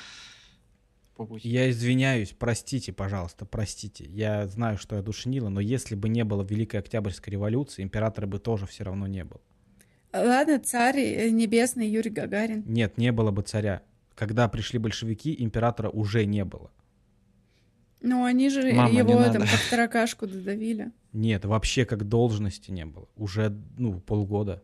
Я извиняюсь, простите, пожалуйста, простите. Я знаю, что я душнила, но если бы не было Великой Октябрьской революции, императора бы тоже все равно не было.
Ладно, царь небесный Юрий Гагарин.
Нет, не было бы царя. Когда пришли большевики, императора уже не было.
Ну, они же
Мама, не
его
надо.
там как таракашку додавили.
Нет, вообще как должности не было. Уже, полгода.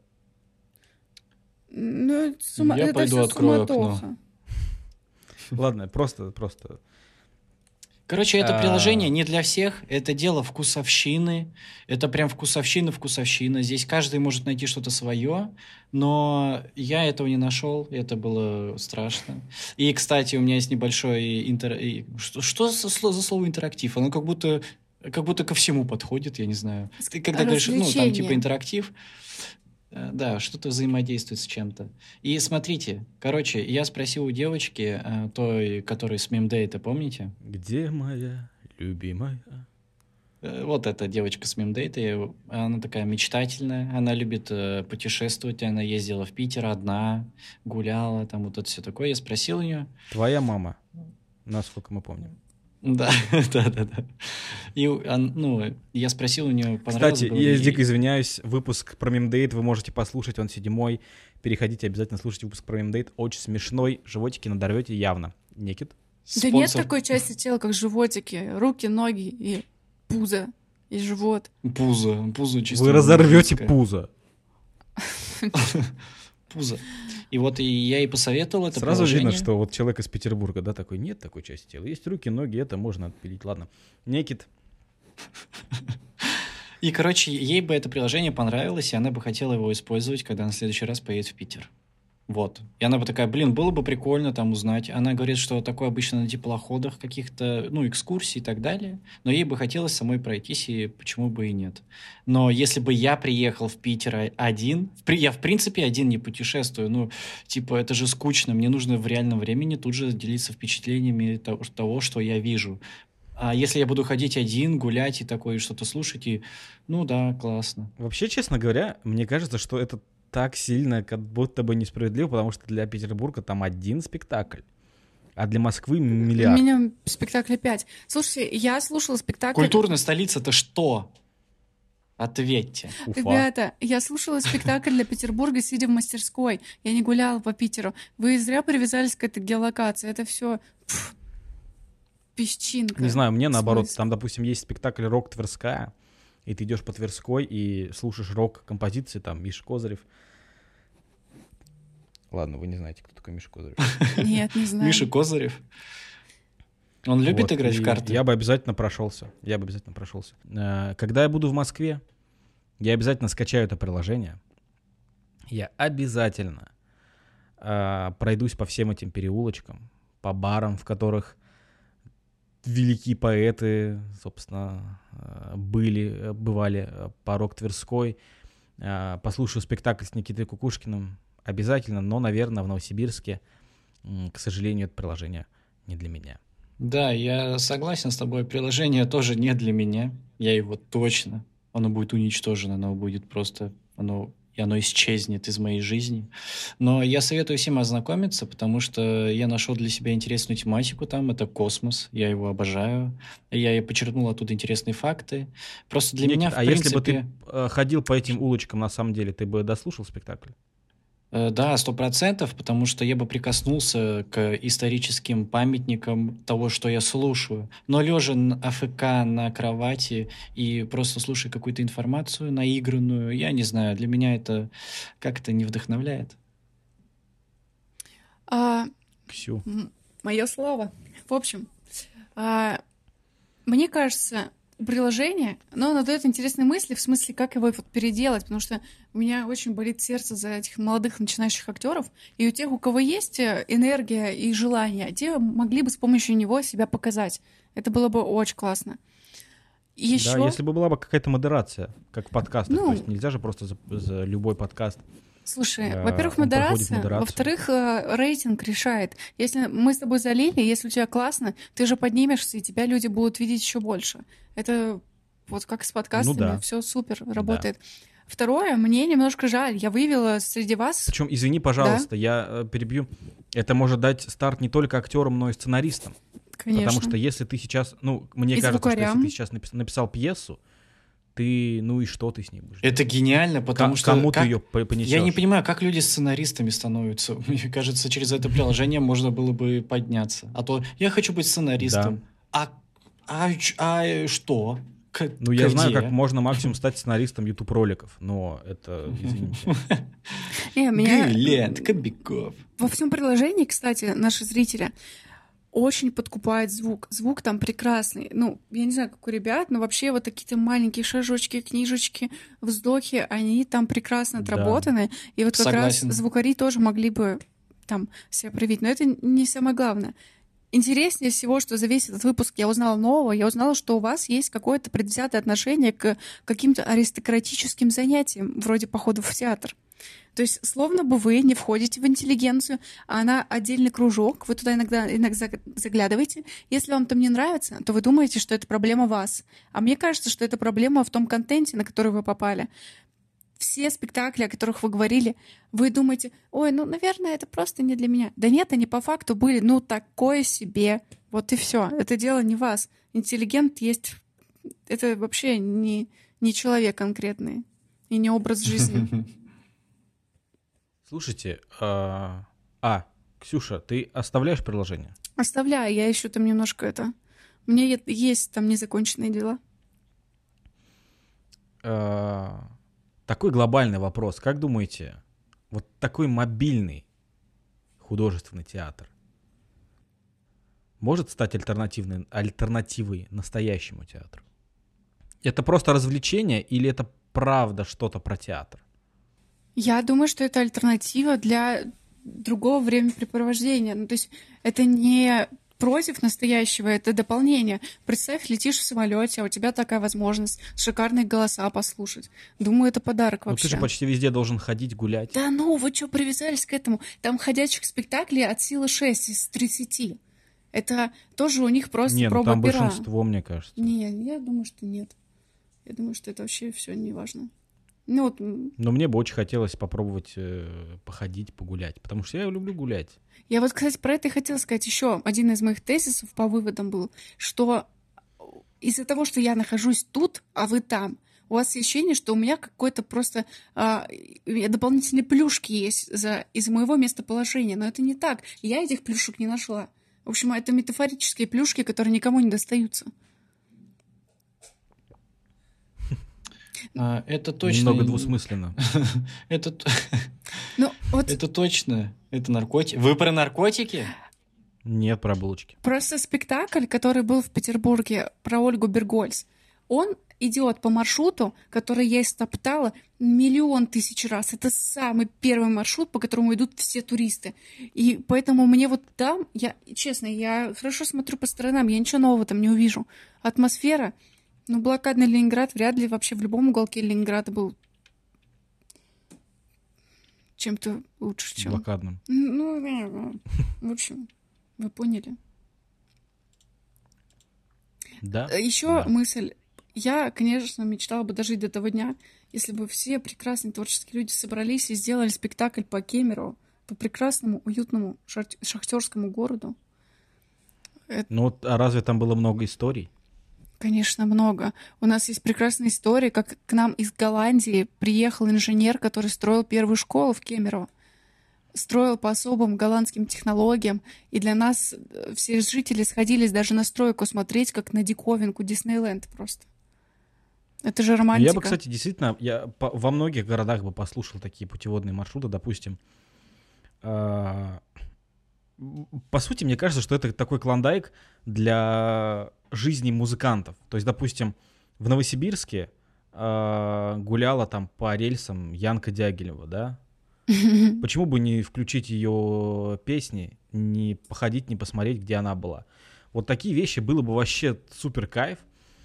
Ну,
Я
это
пойду
всё
открою окно.
суматоха.
Ладно, просто.
Короче, это
А.
приложение не для всех, это дело вкусовщины, это прям вкусовщина. Здесь каждый может найти что-то свое, но я этого не нашел, это было страшно. И, кстати, у меня есть небольшой Что за слово интерактив? Оно как будто ко всему подходит, я не знаю. Ты когда говоришь, там типа
Развлечение.
интерактив, да, что-то взаимодействует с чем-то. И смотрите, короче, я спросил у девочки, той, которая с мемдейта, помните?
Где моя любимая?
Вот эта девочка с мемдейта, она такая мечтательная, она любит путешествовать, она ездила в Питер одна, гуляла, там вот это все такое. Я спросил у нее.
Твоя мама, насколько мы помним.
Да. И, я спросил у нее, понравилось
Кстати,
было
я
ей?
дико извиняюсь, выпуск про мемдейт вы можете послушать, он 7-й. Переходите, обязательно слушайте выпуск про мемдейт, очень смешной, животики надорвете явно. Никит?
Да нет
Спонсор
такой части тела, как животики, руки, ноги и пузо, и живот.
пузо чисто.
Вы разорвете
мужское.
пузо.
Пузо. И вот я ей посоветовал это
Сразу видно,
приложение.
что вот человек из Петербурга, да, такой, нет такой части тела. Есть руки, ноги, это можно отпилить. Ладно. Никит,
И, короче, ей бы это приложение понравилось, и она бы хотела его использовать, когда она в следующий раз поедет в Питер. Вот. И она бы такая, было бы прикольно там узнать. Она говорит, что такое обычно на теплоходах каких-то, экскурсий и так далее. Но ей бы хотелось самой пройтись, и почему бы и нет. Но если бы я приехал в Питер один, я в принципе один не путешествую, это же скучно. Мне нужно в реальном времени тут же делиться впечатлениями того, что я вижу. А если я буду ходить один, гулять и такое, что-то слушать, да, классно.
вообще, честно говоря, мне кажется, что это так сильно, как будто бы несправедливо, потому что для Петербурга там один спектакль, а для Москвы
У
миллиард.
меня спектакля 5. Слушайте, я слушала спектакль...
Культурная столица-то что? Ответьте.
Уфа.
Ребята, я слушала спектакль для Петербурга, сидя в мастерской. Я не гуляла по Питеру. Вы зря привязались к этой геолокации. Это все песчинка.
Не знаю, мне наоборот,
Смысл?
там, допустим, есть спектакль «Рок Тверская», и ты идешь по Тверской и слушаешь рок-композиции, там, Миша Козырев. Ладно, вы не знаете, кто такой Миша Козырев.
Нет, не знаю.
Миша Козырев. Он любит
Вот,
играть
и
в карты?
Я бы обязательно прошелся. Когда я буду в Москве, я обязательно скачаю это приложение. Я обязательно пройдусь по всем этим переулочкам, по барам, в которых великие поэты, собственно, бывали, порог Тверской. Послушаю спектакль с Никитой Кукушкиным. Обязательно, но, наверное, в Новосибирске, к сожалению, это приложение не для меня.
Да, я согласен с тобой. Приложение тоже не для меня. Я его точно. Оно будет уничтожено, оно будет просто... Оно и оно исчезнет из моей жизни. Но я советую всем ознакомиться, потому что я нашел для себя интересную тематику там, это космос, я его обожаю. Я и подчеркнул оттуда интересные факты. Просто для меня,
Никит,
в
а если бы ты
принципе...
ходил по этим улочкам, на самом деле, ты бы дослушал спектакль?
Да, 100%, потому что я бы прикоснулся к историческим памятникам того, что я слушаю. Но лежа АФК на кровати и просто слушая какую-то информацию наигранную, я не знаю, для меня это как-то не вдохновляет.
Ксю.
Мое слово. В общем, мне кажется, приложение, но оно дает интересные мысли, в смысле, как его вот переделать, потому что у меня очень болит сердце за этих молодых начинающих актеров, и у тех, у кого есть энергия и желание, те могли бы с помощью него себя показать. Это было бы очень классно. Еще...
Да, если бы была бы какая-то модерация, как в подкастах,
Ну,
то есть нельзя же просто за любой подкаст.
Слушай, во-первых,
он проходит
модерация,
модерацию.
во-вторых, рейтинг решает. Если мы с тобой залили, если у тебя классно, ты же поднимешься, и тебя люди будут видеть еще больше. Это вот как с подкастами,
Ну да.
все супер работает. Второе, мне немножко жаль, я выявила среди вас...
Причем, извини, пожалуйста, я перебью. Это может дать старт не только актерам, но и сценаристам.
Конечно.
Потому что если ты сейчас, ну, мне
И
кажется,
звукарям.
что если ты сейчас написал пьесу, ты, ну и что ты с ней будешь делать?
Это гениально, потому что...
Кому
как...
ты ее понесешь?
Я не понимаю, как люди сценаристами становятся. Мне кажется, через это приложение можно было бы подняться. А то я хочу быть сценаристом.
Да.
А что?
Ну, я знаю, как можно максимум стать сценаристом YouTube-роликов, но это, извините.
Глент, Кобяков.
Во всем приложении, кстати, наши зрители очень подкупает звук. Звук там прекрасный. Ну, я не знаю, как у ребят, но вообще вот такие-то маленькие шажочки, книжечки, вздохи, они там прекрасно отработаны. И вот как раз звукари тоже могли бы там себя проявить. Но это не самое главное. Интереснее всего, что за весь этот выпуск я узнала нового. Я узнала, что у вас есть какое-то предвзятое отношение к каким-то аристократическим занятиям, вроде походов в театр. То есть, словно бы вы не входите в интеллигенцию, а она отдельный кружок, вы туда иногда заглядываете. Если вам там не нравится, то вы думаете, что это проблема вас. А мне кажется, что это проблема в том контенте, на который вы попали. Все спектакли, о которых вы говорили, вы думаете, ой, ну, наверное, это просто не для меня. Да нет, они по факту были, ну, такое себе. Вот и все. Это дело не вас. Интеллигент есть... Это вообще не человек конкретный и не образ жизни.
Слушайте, Ксюша, ты оставляешь приложение?
Оставляю, я еще там немножко это... У меня есть там незаконченные дела.
Такой глобальный вопрос. Как думаете, вот такой мобильный художественный театр может стать альтернативой настоящему театру? Это просто развлечение или это правда что-то про театр?
Я думаю, что это альтернатива для другого времяпрепровождения. Ну, то есть это не против настоящего, это дополнение. Представь, летишь в самолете, а у тебя такая возможность шикарные голоса послушать. Думаю, это подарок вообще.
Ну ты же почти везде должен ходить, гулять.
Да ну, вы что, привязались к этому? Там ходячих спектаклей от силы 6 из 30. Это тоже у них просто
не,
проба
там
пера.
Большинство, мне кажется.
Не, я думаю, что нет. Я думаю, что это вообще все не важно. Ну, вот...
Но мне бы очень хотелось попробовать походить, погулять, потому что я люблю гулять.
Я вот, кстати, про это и хотела сказать. Еще один из моих тезисов по выводам был, что из-за того, что я нахожусь тут, а вы там, у вас ощущение, что у меня какой-то просто дополнительные плюшки есть из моего местоположения. Но это не так. Я этих плюшек не нашла. В общем, это метафорические плюшки, которые никому не достаются.
Это точно...
Немного двусмысленно.
Это
это
точно. Это наркотики. Вы про наркотики?
Нет, про булочки.
Просто спектакль, который был в Петербурге про Ольгу Бергольц, он идет по маршруту, который я истоптала 1 000 000 раз. Это самый первый маршрут, по которому идут все туристы. И поэтому мне вот там, честно, я хорошо смотрю по сторонам, я ничего нового там не увижу. Атмосфера, блокадный Ленинград вряд ли вообще в любом уголке Ленинграда был чем-то лучше, чем...
Блокадным.
В общем, вы поняли.
Да.
Еще мысль. Я, конечно, мечтала бы дожить до того дня, если бы все прекрасные творческие люди собрались и сделали спектакль по Кемерово, по прекрасному, уютному шахтерскому городу.
Ну, а разве там было много историй?
Конечно, много. У нас есть прекрасная история, как к нам из Голландии приехал инженер, который строил первую школу в Кемерово. Строил по особым голландским технологиям, и для нас все жители сходились даже на стройку смотреть, как на диковинку Диснейленд просто. Это же романтика.
Я бы, кстати, действительно, во многих городах бы послушал такие путеводные маршруты, допустим. По сути, мне кажется, что это такой клондайк для жизни музыкантов. То есть, допустим, в Новосибирске гуляла там по рельсам Янка Дягилева, да? Почему бы не включить ее песни, не походить, не посмотреть, где она была? Вот такие вещи было бы вообще супер кайф.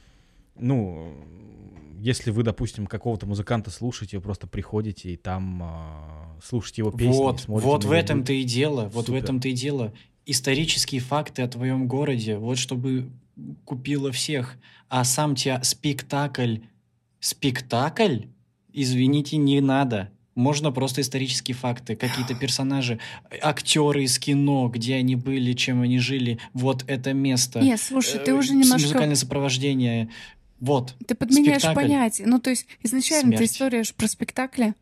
Ну, если вы, допустим, какого-то музыканта слушаете, вы просто приходите и там слушаете его песни.
Вот в этом-то и дело. Вот в
Супер.
этом-то и дело. Исторические факты о твоем городе. Вот чтобы купило всех. А сам тебя спектакль... Спектакль? Извините, не надо. Можно просто исторические факты, какие-то персонажи, актеры из кино, где они были, чем они жили. Вот это место.
Нет, слушай, ты уже немножко...
Музыкальное сопровождение. Вот.
Ты подменяешь
спектакль.
понятие. Ну, то есть, изначально-то
Смерть.
история же про спектакли.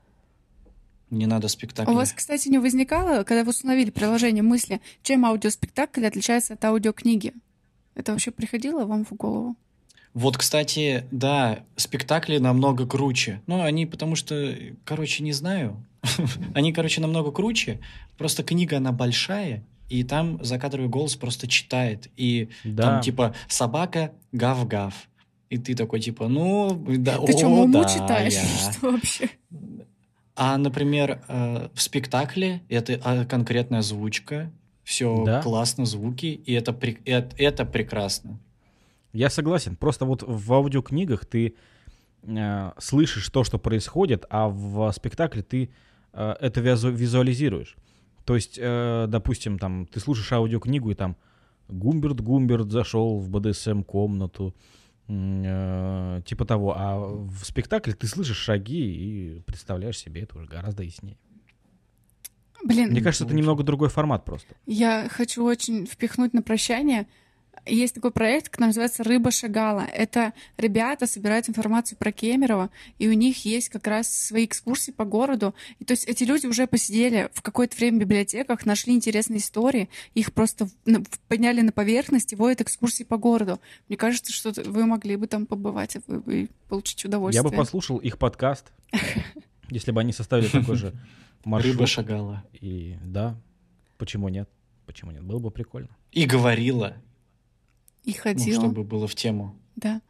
Не надо спектакля.
У вас, кстати, не возникало, когда вы установили приложение, мысли, чем аудиоспектакль отличается от аудиокниги? Это вообще приходило вам в голову?
Вот, кстати, да, спектакли намного круче. Ну, они потому что, короче, не знаю. Они, короче, намного круче. Просто книга, она большая, и там закадровый голос просто читает. И
Да.
там, типа, собака гав-гав. И ты такой, типа, ну, да,
Ты что, Муму
да,
читаешь?
я.
Что вообще?
А, например, в спектакле это конкретная озвучка, все
Да.
классно, звуки, и это прекрасно.
Я согласен. Просто вот в аудиокнигах ты слышишь то, что происходит, а в спектакле ты это визуализируешь. То есть, допустим, там ты слушаешь аудиокнигу, и там Гумберт зашел в БДСМ-комнату, типа того. А в спектакле ты слышишь шаги и представляешь себе это уже гораздо яснее.
Блин,
Мне кажется, это немного другой формат просто.
я хочу очень впихнуть на прощание. Есть такой проект, который называется «Рыба Шагала». Это ребята собирают информацию про Кемерово, и у них есть как раз свои экскурсии по городу. И то есть эти люди уже посидели в какое-то время в библиотеках, нашли интересные истории, их просто подняли на поверхность и водят экскурсии по городу. Мне кажется, что вы могли бы там побывать, и получить удовольствие.
Я бы послушал их подкаст, если бы они составили такой же маршрут.
Рыба шагала.
И да, почему нет? Почему нет? Было бы прикольно.
И говорила.
И
Ну,
ходила.
чтобы было в тему.
Да.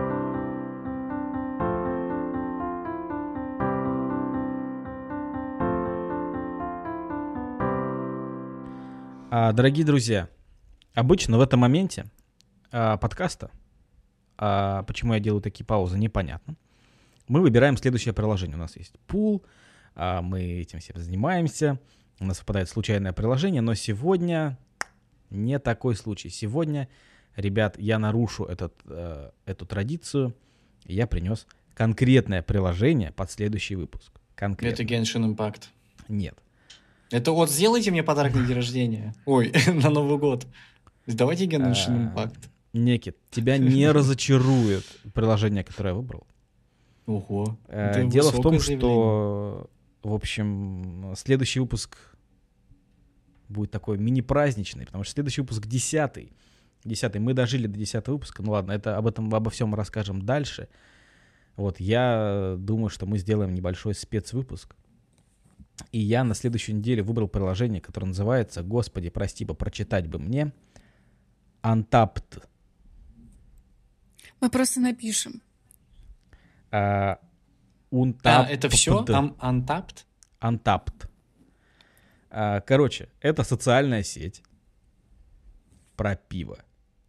Дорогие друзья, обычно в этом моменте подкаста, почему я делаю такие паузы, непонятно. Мы выбираем следующее приложение. У нас есть пул, мы этим всем занимаемся, у нас выпадает случайное приложение, но сегодня не такой случай. Сегодня, ребят, я нарушу эту традицию, и я принес конкретное приложение под следующий выпуск. Конкретно.
Это Genshin Impact.
Нет.
Это вот сделайте мне подарок на день рождения. Ой, на Новый год. Давайте Genshin Impact.
Никит, тебя не разочарует приложение, которое я выбрал.
Ого.
Дело в том, что, в общем, следующий выпуск будет такой мини-праздничный, потому что следующий выпуск 10-й. 10-й. Мы дожили до 10-го выпуска. Ну ладно, обо всем мы расскажем дальше. Вот, я думаю, что мы сделаем небольшой спецвыпуск. И я на следующей неделе выбрал приложение, которое называется, господи, прости бы, прочитать бы мне, Untappd.
Мы просто напишем.
Это все? Untappd?
Untappd. Короче, это социальная сеть про пиво.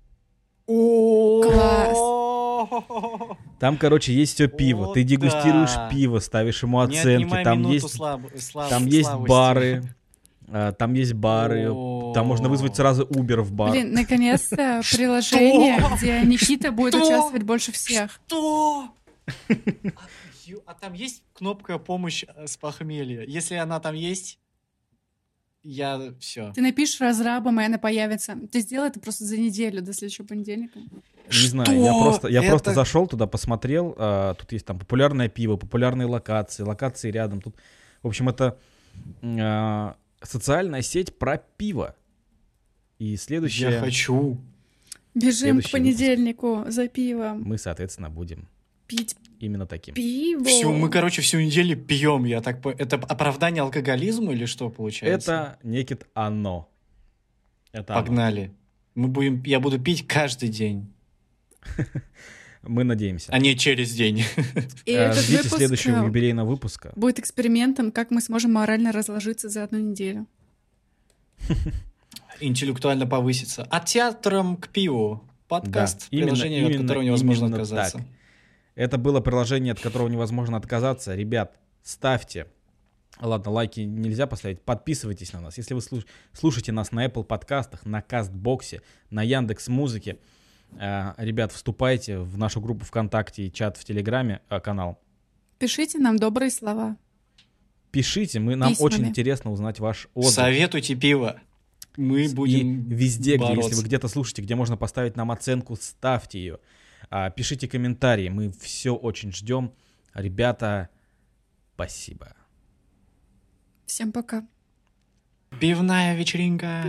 Класс.
Там, короче, есть все пиво. Ты дегустируешь пиво, ставишь ему оценки. Там есть бары. Там есть бары, там можно вызвать сразу Uber в бар.
Блин, наконец-то приложение, где Никита будет участвовать больше всех.
Что? А там есть кнопка «Помощь с похмелья»? Если она там есть, я все.
Ты напишешь разрабам, и она появится. Ты сделай это просто за неделю до следующего понедельника.
Не знаю, я просто зашел туда, посмотрел. Тут есть там популярное пиво, популярные локации рядом. Тут, в общем, это социальная сеть про пиво. И следующее...
Я хочу.
Бежим к понедельнику за пивом.
Мы, соответственно, будем
пить
именно таким.
Пиво.
Мы, всю неделю пьем. Это оправдание алкоголизму или что получается?
Это некит оно. Это
Погнали. Я буду пить каждый день.
Мы надеемся.
А не через день.
Ждите следующего юбилейного выпуска.
Будет экспериментом, как мы сможем морально разложиться за одну неделю.
Интеллектуально повыситься. От театром к пиву. Подкаст, приложение, от которого невозможно отказаться.
Так. Это было приложение, от которого невозможно отказаться. Ребят, ставьте. Ладно, лайки нельзя поставить. Подписывайтесь на нас. Если вы слушаете нас на Apple подкастах, на Кастбоксе, на Яндекс.Музыке, ребят, вступайте в нашу группу ВКонтакте и чат в Телеграме, канал.
Пишите нам добрые слова.
Пишите, нам очень интересно узнать ваш отзыв.
Советуйте пиво. Мы будем
и везде,
бороться.
если вы где-то слушаете, где можно поставить нам оценку, ставьте ее. Пишите комментарии, мы все очень ждем. Ребята, спасибо.
Всем пока.
Пивная вечеринка.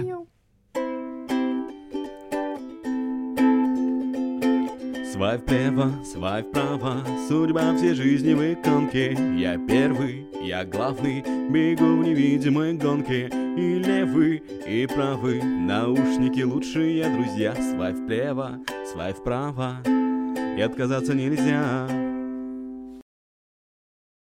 Свайп влево, свайп вправо, судьба всей жизни в иконке. Я первый, я главный, бегу в невидимой гонке. И левый, и правый, наушники лучшие друзья. Свайп влево, свайп вправо, и отказаться нельзя.